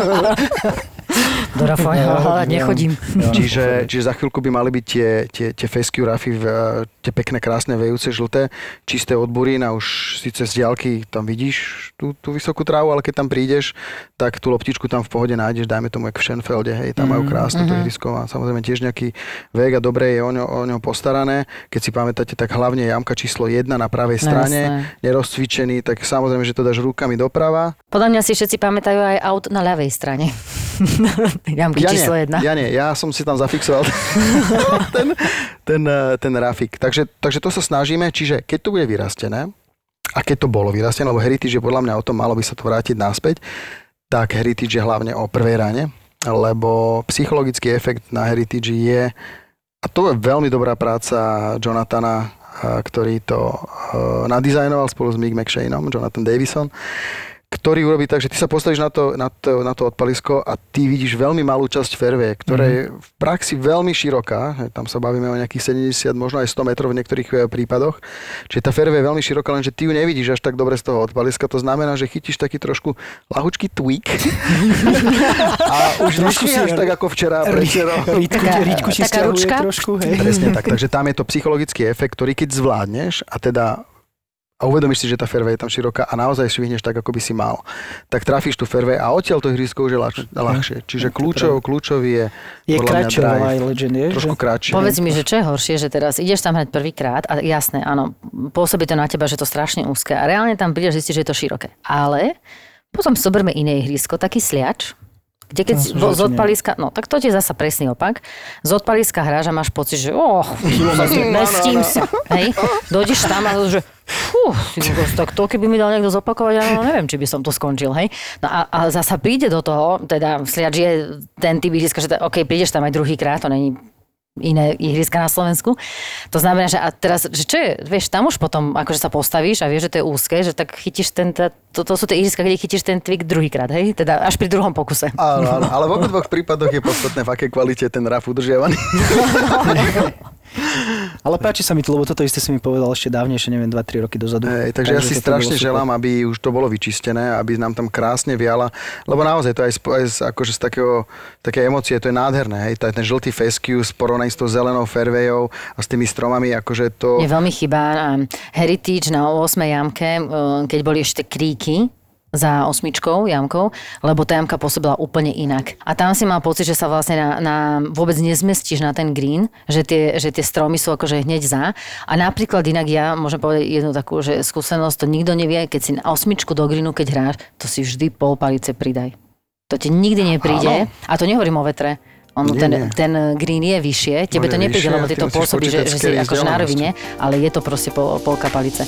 Do rafov nechodím. Čiže za chvíľku by mali byť tie fescue rafy, tie pekné, krásne, vejúce, žlté, čisté od burín a už síce z diaľky tam vidíš tú vysokú trávu, ale keď tam prídeš, tak tú loptičku tam v pohode nájdeš, dajme tomu jak v Schenfelde, hej, tam majú krásne to ihrisko a samozrejme tiež nejaký vek a dobre je o ňo postarané. Keď si pamätáte, tak hlavne jamka číslo 1 na pravej strane, nerozcvičený, tak samozrejme, že to dáš rukami doprava. Podľa mňa si všetci pamätajú aj aut na ľavej strane. Jamky číslo 1. Ja som si tam zafixoval ten rafik. Takže to sa snažíme, čiže keď to bude vyrastené, a keď to bolo vyrastené, lebo Heritage je podľa mňa o tom, malo by sa to vrátiť naspäť, tak Heritage je hlavne o prvej rane, lebo psychologický efekt na Heritage je, a to je veľmi dobrá práca Jonathana, ktorý to nadizajnoval spolu s Mick McShaneom, Jonathan Davison, ktorý urobí tak, že ty sa postavíš na to odpalisko a ty vidíš veľmi malú časť fairway, ktorá je v praxi veľmi široká. Tam sa bavíme o nejakých 70, možno aj 100 metrov v niektorých prípadoch. Čiže tá fairway je veľmi široká, lenže ty ju nevidíš až tak dobre z toho odpaliska. To znamená, že chytíš taký trošku lahučký tweak a už nešvíhaš tak ako včera prečero. Rítku si stiahuje trošku. Hej. Presne tak. Takže tam je to psychologický efekt, ktorý keď zvládneš a uvedomíš si, že tá fairway je tam široká a naozaj švihneš tak, ako by si mal, tak trafíš tú fairway a odtiaľ to ihrisko už je ľahšie. Čiže kľúčový je kratšie aj Legend, je? Trošku kratšie. Povedz mi, že čo je horšie, že teraz ideš tam hrať prvýkrát a jasné, áno, pôsobí to na teba, že to strašne úzke a reálne tam prídeš zistiť, že je to široké. Ale potom si zoberme iné ihrisko, taký sliač, kde keď z odpaliska, no tak to je zasa presný opak. Z odpaliska hráš a máš pocit, že mestím sa, hej. Dojdeš tam a že tak to keby mi dal niekto zopakovať, ja neviem, či by som to skončil, hej. No a zasa príde do toho, teda sliač je ten typ ihriska, že OK, prídeš tam aj druhýkrát, to není iné ihriska na Slovensku. To znamená, že a teraz, že čo je, vieš, tam už potom akože sa postavíš a vieš, že to je úzke, že tak chytíš to sú tie ihriska, kde chytíš ten twig druhýkrát, hej? Teda až pri druhom pokuse. Áno, ale v obidvoch prípadoch je podstatné, v akej kvalite je ten raf udržiavaný. Ale páči sa mi to, lebo toto isté si mi povedal ešte dávnejšie, neviem, 2-3 roky dozadu. Takže ja si strašne želám, aby už to bolo vyčistené, aby nám tam krásne viala, lebo naozaj to aj akože z také emócie, to je nádherné, hej, ten žltý fescue s porovnaním s tou zelenou fairwayou a s tými stromami, akože to... Je veľmi chýba Heritage na 8. jamke, keď boli ešte kríky za 8 jamkou, lebo tá jamka pôsobila úplne inak. A tam si mal pocit, že sa vlastne vôbec nezmestíš na ten green, že tie stromy sú akože hneď za. A napríklad inak ja môžem povedať jednu takú, že skúsenosť, to nikto nevie, keď si na 8 do greenu, keď hráš, to si vždy pol palice pridaj. To ti nikdy nepríde. A to nehovorím o vetre. Ten green je vyššie, tebe to nepríde, lebo ty to pôsobí, že si akože na rovine, ale je to proste polka palice.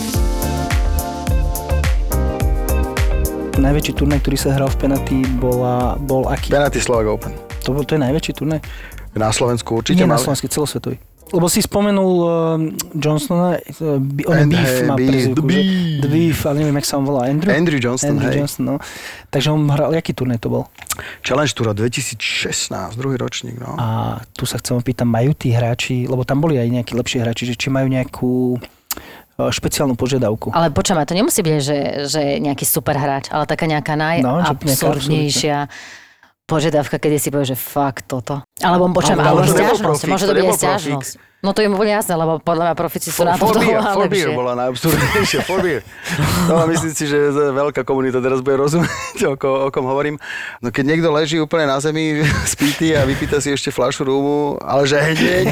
Najväčší turnaj, ktorý sa hral v Penaty, bol aký? Penaty Slovak Open. To je najväčší turnaj? Na Slovensku určite. Nie na Slovensku, celosvetový. Lebo si spomenul Johnsona, Beef má prezivku. The Beef, ale neviem, jak sa on volá. Andrew Johnston, no. Takže on hral, aký turnaj to bol? Challenge Tour 2016, druhý ročník, no. A tu sa chcem opýtať, majú tí hráči, lebo tam boli aj nejakí lepší hráči, že či majú nejakú špeciálnu požiadavku. Ale počujem, to nemusí byť, že nejaký super hráč, ale taká nejaká najabsurdnejšia požiadavka, keď si povie, že fakt toto. Alebo počujem, alebo sťažnosť. Môže to byť aj sťažnosť. No to je mu úplne jasné, lebo podľa mňa profici sú na to lepšie. Forbier bola najabsurdnejšia. Forbier. No myslím si, že veľká komunita teraz bude rozumieť, o kom hovorím. No keď niekto leží úplne na zemi, spíti a vypýta si ešte fľašu rúmu, ale že hneď,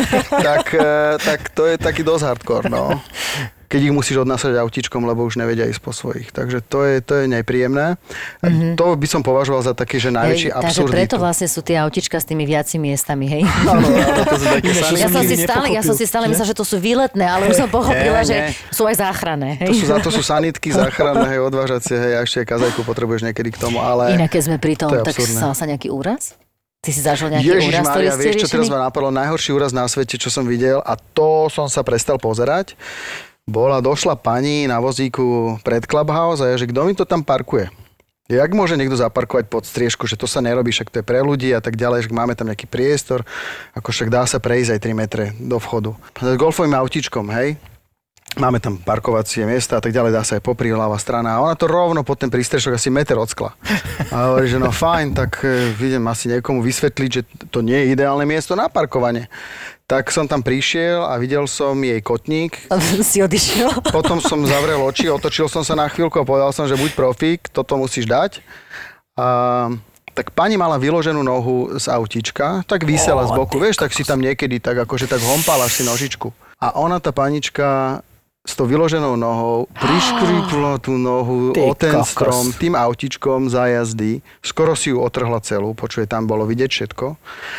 tak to je taký dosť hardcore, no. Keď ich musíš odnášať autíčkom, lebo už nevedia ísť po svojich. Takže to je nepríjemné. Mm-hmm. To by som považoval za taký, že najväčší absurditu. Takže preto vlastne sú tie autíčka s tými viacimi miestami, hej? Áno, to sú také ja som si stále myslela, že to sú výletné, ale už som pochopila, že sú aj záchranné. Hej? To sú sanitky záchranné, hej, odvážacie, hej, a ešte kazajku potrebuješ niekedy k tomu, ale... Inak keď sme pri tom, tak stal sa nejaký úraz? Ty si zažil nejaký úraz, ktorý ste riešili? Vieš, čo teraz ma napadlo? Najhorší úraz na svete, čo som videl, a to som sa prestal pozerať. Došla pani na vozíku pred Clubhouse a že kto mi to tam parkuje? Jak môže niekto zaparkovať pod striežku, že to sa nerobí, však to je pre ľudí a tak ďalej, že máme tam nejaký priestor, ako však dá sa prejsť aj 3 metre do vchodu. S golfovým autíčkom, hej? Máme tam parkovacie miesta a tak ďalej, dá sa aj popri ľava strana a ona to rovno pod ten prístrešok asi meter od skla. A hovorí, že no fajn, tak idem asi niekomu vysvetliť, že to nie je ideálne miesto na parkovanie. Tak som tam prišiel a videl som jej kotník. Si odišiel. Potom som zavrel oči, otočil som sa na chvíľku a povedal som, že buď profík, toto musíš dať. Tak pani mala vyloženú nohu z autíčka, tak visela z boku, vieš, tak si tam niekedy tak akože tak hompala si nožičku. A ona, tá panička, s tou vyloženou nohou priškripla tú nohu o ten strom tým autíčkom za jazdy. Skoro si ju otrhla celú, počuje, tam bolo vidieť všetko.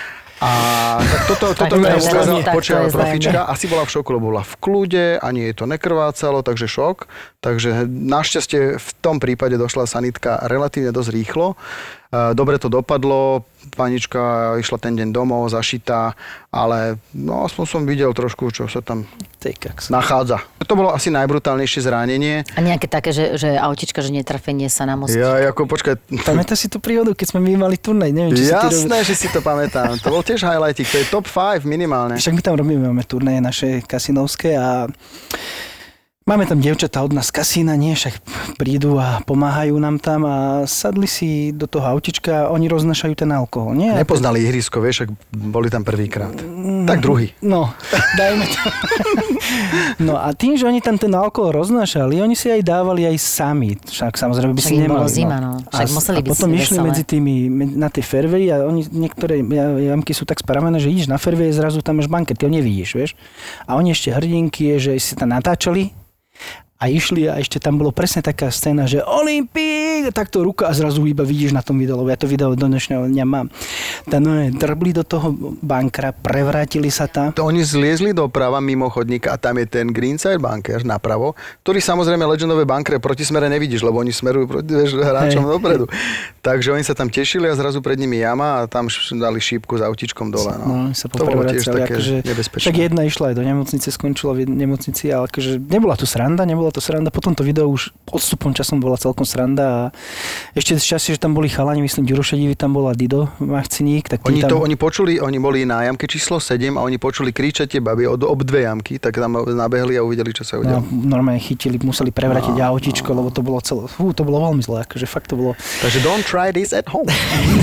A tak toto mi počívala profička. Asi bola v šoku, lebo bola v kľude, ani jej to nekrvácalo, takže šok. Takže našťastie v tom prípade došla sanitka relatívne dosť rýchlo. Dobre to dopadlo, panička išla ten deň domov, zašitá, ale no aspoň som videl trošku, čo sa tam nachádza. To bolo asi najbrutálnejšie zranenie. A nejaké také, že autička, že netrafenie sa na moste. Počkaj. Pamätáš si tú príhodu, keď sme my mali turnaj? Neviem, či Jasné, že si to pamätám. To bol tiež highlightik, to je top 5 minimálne. Však my tam robíme, máme turnaje naše kasinovské a máme tam dievčatá od nás z kasína, nie, však prídu a pomáhajú nám tam a sadli si do toho autička a oni roznášajú ten alkohol. Nie? Nepoznali ihrisko, vieš, ak boli tam prvýkrát. Tak druhý. No, dajme to. No a tým, že oni tam ten alkohol roznášali, oni si aj dávali aj sami. Však samozrejme by si nemali. Zima, no. Však museli byť potom išli medzi tými, na tej fairway a oni, niektoré jamky sú tak spravené, že ideš na fairway, zrazu tam máš banket, ty ho nevidíš, vieš. A oni ešte hrdinky, že si tam natáčali a išli a ešte tam bolo presne taká scéna, že Olympík, takto ruka a zrazu iba vidíš na tom videu, lebo ja to video do dnešného dňa mám. Drbli do toho bankra, prevrátili sa tam. Oni zliezli doprava mimo chodníka a tam je ten greenside bunker napravo, ktorý samozrejme legendové bankre proti smere nevidíš, lebo oni smerujú proti hráčom dopredu. Takže oni sa tam tešili a zrazu pred nimi jama a tam dali šípku s autičkom dole. No, sa to bolo tiež také nebezpečné. Tak jedna išla aj do nemocnice, skončila v nemocnici, ale akože nebola tu sranda. Potom to video už odstupom časom bola celkom sranda a ešte šťastie, že tam boli chalani, myslím, Ďuro Šedivý, tam bola Dido Machciník. Tak oni počuli, oni boli na jamke číslo 7 a oni počuli kričatie baby od dve jamky, tak tam nabehli a uvideli, čo sa udialo. No, normálne chytili, museli prevrátiť autičko, lebo to bolo celé, to bolo veľmi zlé, akože fakt to bolo. Takže don't try this at home.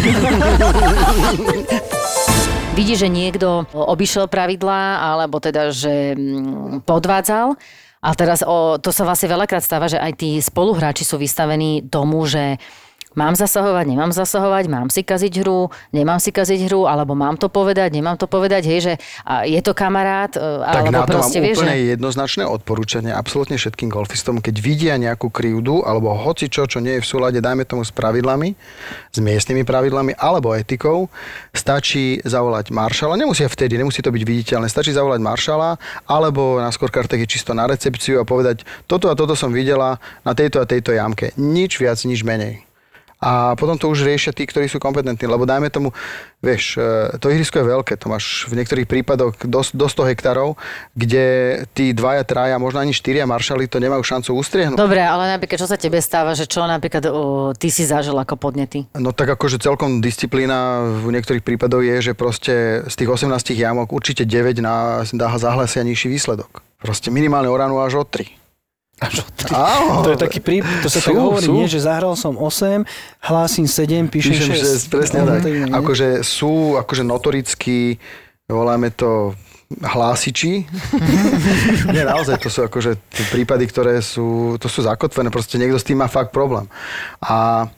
Vidíš, že niekto obišiel pravidlá, alebo teda, že podvádzal. A teraz to sa vlastne veľakrát stáva, že aj tí spoluhráči sú vystavení tomu, že mám zasahovať, nemám zasahovať, mám si kaziť hru, nemám si kaziť hru, alebo mám to povedať, nemám to povedať, hej, že je to kamarát, tak alebo na to proste, mám úplne jednoznačné odporúčanie absolútne všetkým golfistom, keď vidia nejakú krivdu, alebo hoci čo nie je v súlade, dajme tomu s pravidlami, s miestnymi pravidlami, alebo etikou, stačí zavolať maršala, nemusí to byť viditeľné, stačí zavolať maršala, alebo na scorekartách je čisto na recepciu a povedať, toto a toto som videla na tejto a tejto jamke. Nič viac, nič menej. A potom to už riešia tí, ktorí sú kompetentní, lebo dajme tomu, vieš, to ihrisko je veľké, to máš v niektorých prípadoch do 100 hektárov, kde tí 2, 3, možno ani 4 maršali to nemajú šancu ustriehnúť. Dobre, ale napríklad, čo sa tebe stáva, že čo napríklad ty si zažil ako podnety? No tak akože celkom disciplína v niektorých prípadoch je, že proste z tých 18 jamok určite 9 zahlasia nižší výsledok. Proste minimálne o ranu až o 3. To je taký to sa tak hovorí, nie, že zahral som 8, hlásim 7, píšem 6. Presne tak. Akože sú notoricky, voláme to hlásiči. Nie, naozaj, to sú akože prípady, ktoré sú zakotvené, proste niekto s tým má fakt problém. A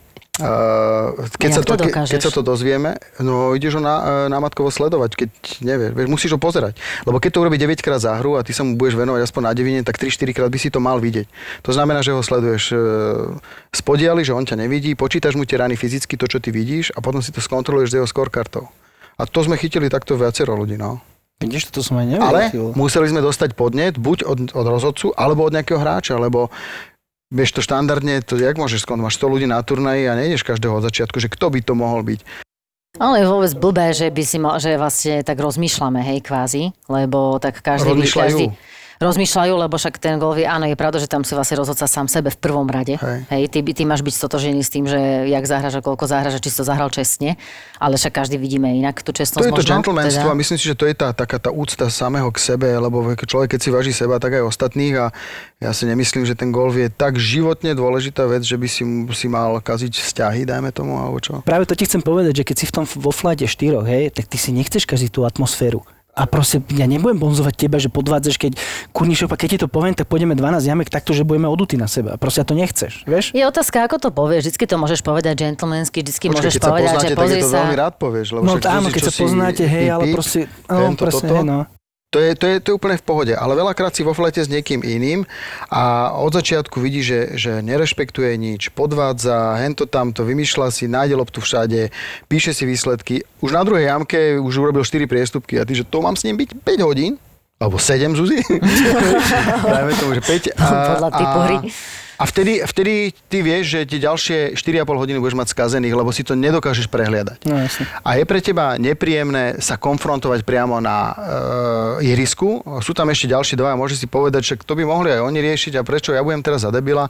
keď sa to dozvieme, no ideš ho námatkovo sledovať, keď nevieš, musíš ho pozerať. Lebo keď to urobí 9 krát za hru a ty sa mu budeš venovať aspoň na 9, tak 3-4 krát by si to mal vidieť. To znamená, že ho sleduješ spodiali, že on ťa nevidí, počítaš mu tie rany fyzicky, to, čo ty vidíš a potom si to skontroluješ z jeho scorekartov. A to sme chytili takto viacero ľudí, no. Vidíš, to som aj nevedel. Ale museli sme dostať podnet, buď od rozhodcu, alebo od nejakého hráča, lebo vieš, to štandardne, jak môžeš skôr, máš 100 ľudí na turnaji a nejdeš každého od začiatku, že kto by to mohol byť. Ale je vôbec blbé, že by si mal, že vlastne tak rozmýšľame, hej, kvázi, lebo tak každý rozmýšľajú, lebo však ten golf je, áno, je pravda, že tam si vlastne rozhodca sám sebe v prvom rade. Hej, ty máš byť stotožený s tým, že jak zahraš a koľko zahraš, či si to zahral čestne, ale však každý vidíme inak tú čestnosť. To je to gentlemanstvo a myslím si, že to je taká tá úcta samého k sebe, lebo človek, keď si váži seba, tak aj ostatných a ja si nemyslím, že ten golf je tak životne dôležitá vec, že by si mal kaziť vzťahy, dajme tomu, alebo čo. Práve to ti chcem povedať, že keď si v tom vo flighte 4, hej, tak ty si nechceš kaziť tú atmosféru. A proste ja nebudem bonzovať teba, že podvádzaš, keď kurníšopa, keď ti to poviem, tak pôjdeme 12 jamek takto, že budeme odutí na seba. Proste to nechceš, vieš? Je otázka, ako to povieš. Vždycky to môžeš povedať gentlemansky, vždycky môžeš povedať, že pozri sa. Tak to veľmi rád povieš, lebo no áno, keď sa poznáte, hej, ale proste, presne, hej, no. To je úplne v pohode, ale veľakrát si vo flete s niekým iným a od začiatku vidí, že nerešpektuje nič, podvádza, hento tamto, vymýšľa si, nájde loptu všade, píše si výsledky. Už na druhej jamke už urobil 4 priestupky a ty, že to mám s ním byť 5 hodín? Alebo 7, Zuzi? Dajme tomu, že 5. Podľa typu hry. A vtedy ty vieš, že tie ďalšie 4,5 hodiny budeš mať skazených, lebo si to nedokážeš prehliadať. No, jasne. A je pre teba nepríjemné sa konfrontovať priamo na ihrisku. Sú tam ešte ďalší dva a môžeš si povedať, že to by mohli aj oni riešiť a prečo ja budem teraz za debila.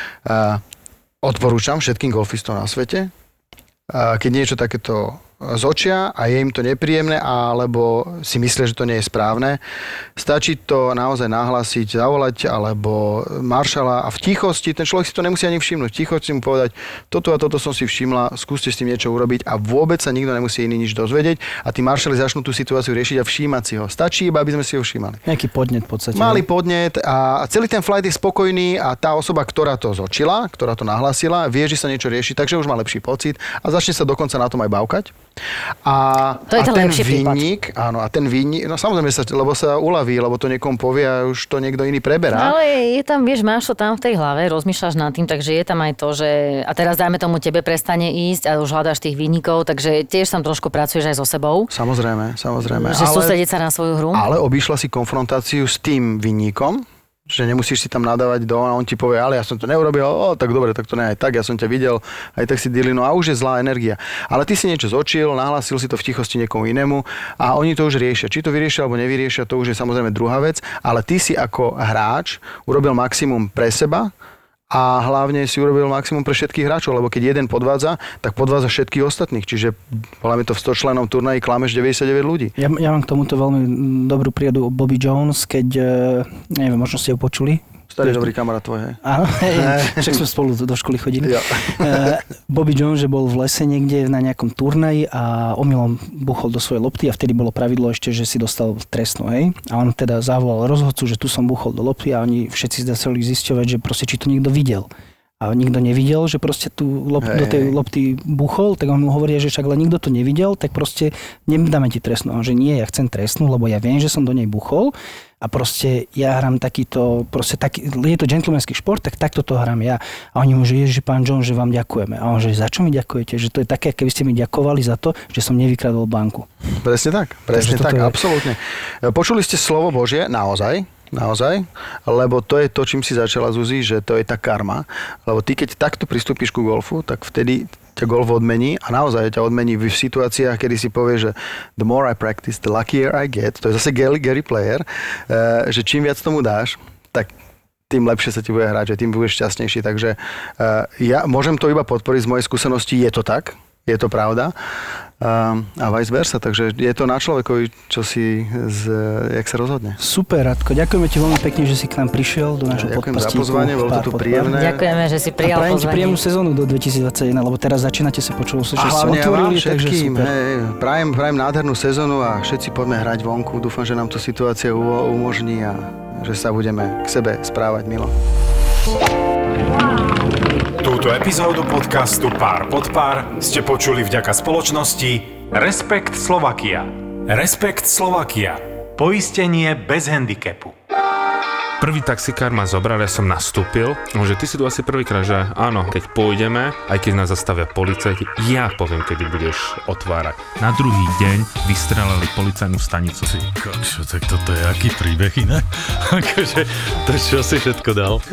Odporúčam všetkým golfistom na svete, keď niečo takéto zočia a je im to nepríjemné, alebo si myslia, že to nie je správne. Stačí to naozaj nahlásiť, zavolať, alebo maršala a v tichosti, ten človek si to nemusí ani všimnúť, v tichosti mu povedať, toto a toto som si všimla, skúste s tým niečo urobiť a vôbec sa nikto nemusí iný nič dozvedieť a tí maršali začnú tú situáciu riešiť a všímať si ho. Stačí iba, aby sme si ho všímali. Nejaký podnet v podstate. Malý podnet a celý ten flight je spokojný a tá osoba, ktorá to zočila, ktorá to nahlásila, vie, že sa niečo rieši, takže už má lepší pocit a začne sa dokonca na tom aj bávkať. A ten vinník, áno, a ten vinník, no samozrejme lebo sa uľaví, lebo to niekomu povie a už to niekto iný preberá. Ale je tam, vieš, máš to tam v tej hlave, rozmýšľaš nad tým, takže je tam aj to, že a teraz dajme tomu tebe prestane ísť a už hľadáš tých vinníkov, takže tiež tam trošku pracuješ aj so sebou. Samozrejme. Že sústrediť sa na svoju hru. Ale obýšla si konfrontáciu s tým vinníkom, že nemusíš si tam nadávať a on ti povie, ale ja som to neurobil, tak dobre, tak to ne aj tak, ja som ťa videl, aj tak si dilino a už je zlá energia. Ale ty si niečo zočil, nahlásil si to v tichosti niekomu inému a oni to už riešia. Či to vyriešia alebo nevyriešia, to už je samozrejme druhá vec, ale ty si ako hráč urobil maximum pre seba a hlavne si urobil maximum pre všetkých hráčov, lebo keď jeden podvádza, tak podvádza všetkých ostatných. Čiže voláme to v 100 členom turnaji klameš 99 ľudí. Ja mám k tomuto veľmi dobrú prírodu Bobby Jones, keď, neviem, možno ste ho počuli. Starý dobrý kamarát tvoj, hej? Áno, však sme spolu do školy chodili. Bobby Jones, že bol v lese niekde na nejakom turnaji a omylom buchol do svojej lopty a vtedy bolo pravidlo ešte, že si dostal trestnú, hej. A on teda zavolal rozhodcu, že tu som buchol do lopty a oni všetci začali zisťovať, že proste či to niekto videl. A nikto nevidel, že proste do tej lopty buchol, tak on mu hovorí, že však len nikto to nevidel, tak proste nedáme ti trestnú. On že nie, ja chcem trestnú, lebo ja viem, že som do nej buchol a proste ja hrám takýto, proste taký, je to gentlemanský šport, tak takto to hrám ja. A oni mu, že Ježiš, pán John, že vám ďakujeme. A on že za čo mi ďakujete? Že to je také, keby ste mi ďakovali za to, že som nevykradol banku. Presne tak, absolútne. Počuli ste slovo Božie, naozaj, lebo to je to, čím si začala, Zuzi, že to je tá karma. Lebo ty, keď takto pristúpiš ku golfu, tak vtedy ťa golf odmení a naozaj ťa odmení v situáciách, kedy si povie, že the more I practice, the luckier I get. To je zase Gary Player, že čím viac tomu dáš, tak tým lepšie sa ti bude hrať, že tým budeš šťastnejší. Takže ja môžem to iba podporiť z mojej skúsenosti, je to tak, je to pravda. A vice versa, takže je to na človekovi, jak sa rozhodne. Super, Radko, ďakujeme ti veľmi pekne, že si k nám prišiel do našho podcastíku. Ďakujem za pozvanie, bolo to tu príjemné. Ďakujeme, že si prijal pozvanie. A prajem ti príjemnú sezónu do 2021, lebo teraz začínate sa počulo, že sa otvorili, takže super. Prajem nádhernú sezónu a všetci poďme hrať vonku. Dúfam, že nám to situácia umožní a že sa budeme k sebe správať milo. Túto epizódu podcastu Pár pod pár ste počuli vďaka spoločnosti Respekt Slovakia. Respekt Slovakia. Poistenie bez handicapu. Prvý taxikár ma zobral, ja som nastúpil, že ty si tu asi prvýkrát, že áno, keď pôjdeme, aj keď nás zastavia policajti, ja poviem, kedy budeš otvárať. Na druhý deň vystrelali policajnú stanicu. Čo, tak toto je aký príbeh inak? Akože, to čo si všetko dal?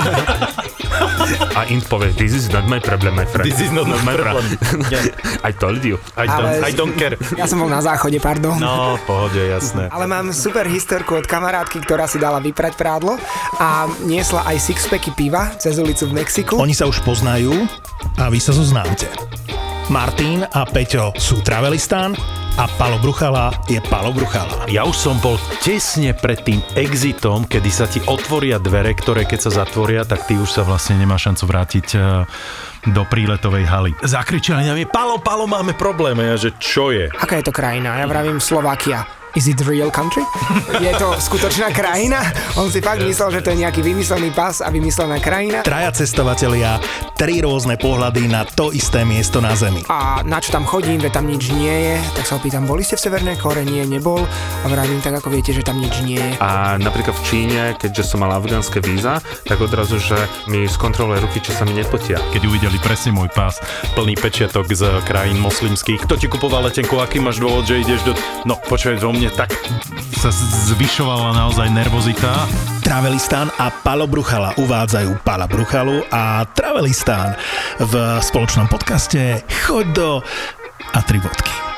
A Int povie, this is not my problem, my friend. This is not my problem. I told you. I don't care. Ja som bol na záchode, pardon. No, pohode, jasné. Ale mám super historku od kamarátky, ktorá si dala vyprať prádlo a niesla aj sixpacky piva cez ulicu v Mexiku. Oni sa už poznajú a vy sa zoznámte. Martin a Peťo sú Travelistán a Palo Bruchala je Palo Bruchala. Ja už som bol tesne pred tým exitom, kedy sa ti otvoria dvere, ktoré keď sa zatvoria, tak ty už sa vlastne nemá šancu vrátiť do príletovej haly. Zakričali na mňa, Palo, máme problém. Ja, že čo je? Aká je to krajina? Ja vravím Slovakia. Is it real country? Je to skutočná krajina? On si fakt myslel, že to je nejaký vymyslený pas a vymyslená krajina. Traja cestovatelia, 3 rôzne pohľady na to isté miesto na Zemi. A na čo tam chodím, veď tam nič nie je, tak sa opýtam, boli ste v Severnej Kórei? Nie, nebol. A vravím, tak ako viete, že tam nič nie je. A napríklad v Číne, keďže som mal afgánske víza, tak odrazu, že mi skontroluje ruky, či sa mi nepotia. Keď uvideli presne môj pás, plný pečiatok z krajín moslimských, kto ti kupoval letenku, aký máš dôvod, že ideš do... No, počuj, vo mne tak sa zvyšovala naozaj nervozita. Travelistán a Palo Bruchala uvádzajú Pala Bruchalu a Travelistán v spoločnom podcaste Choď do a 3 bodky.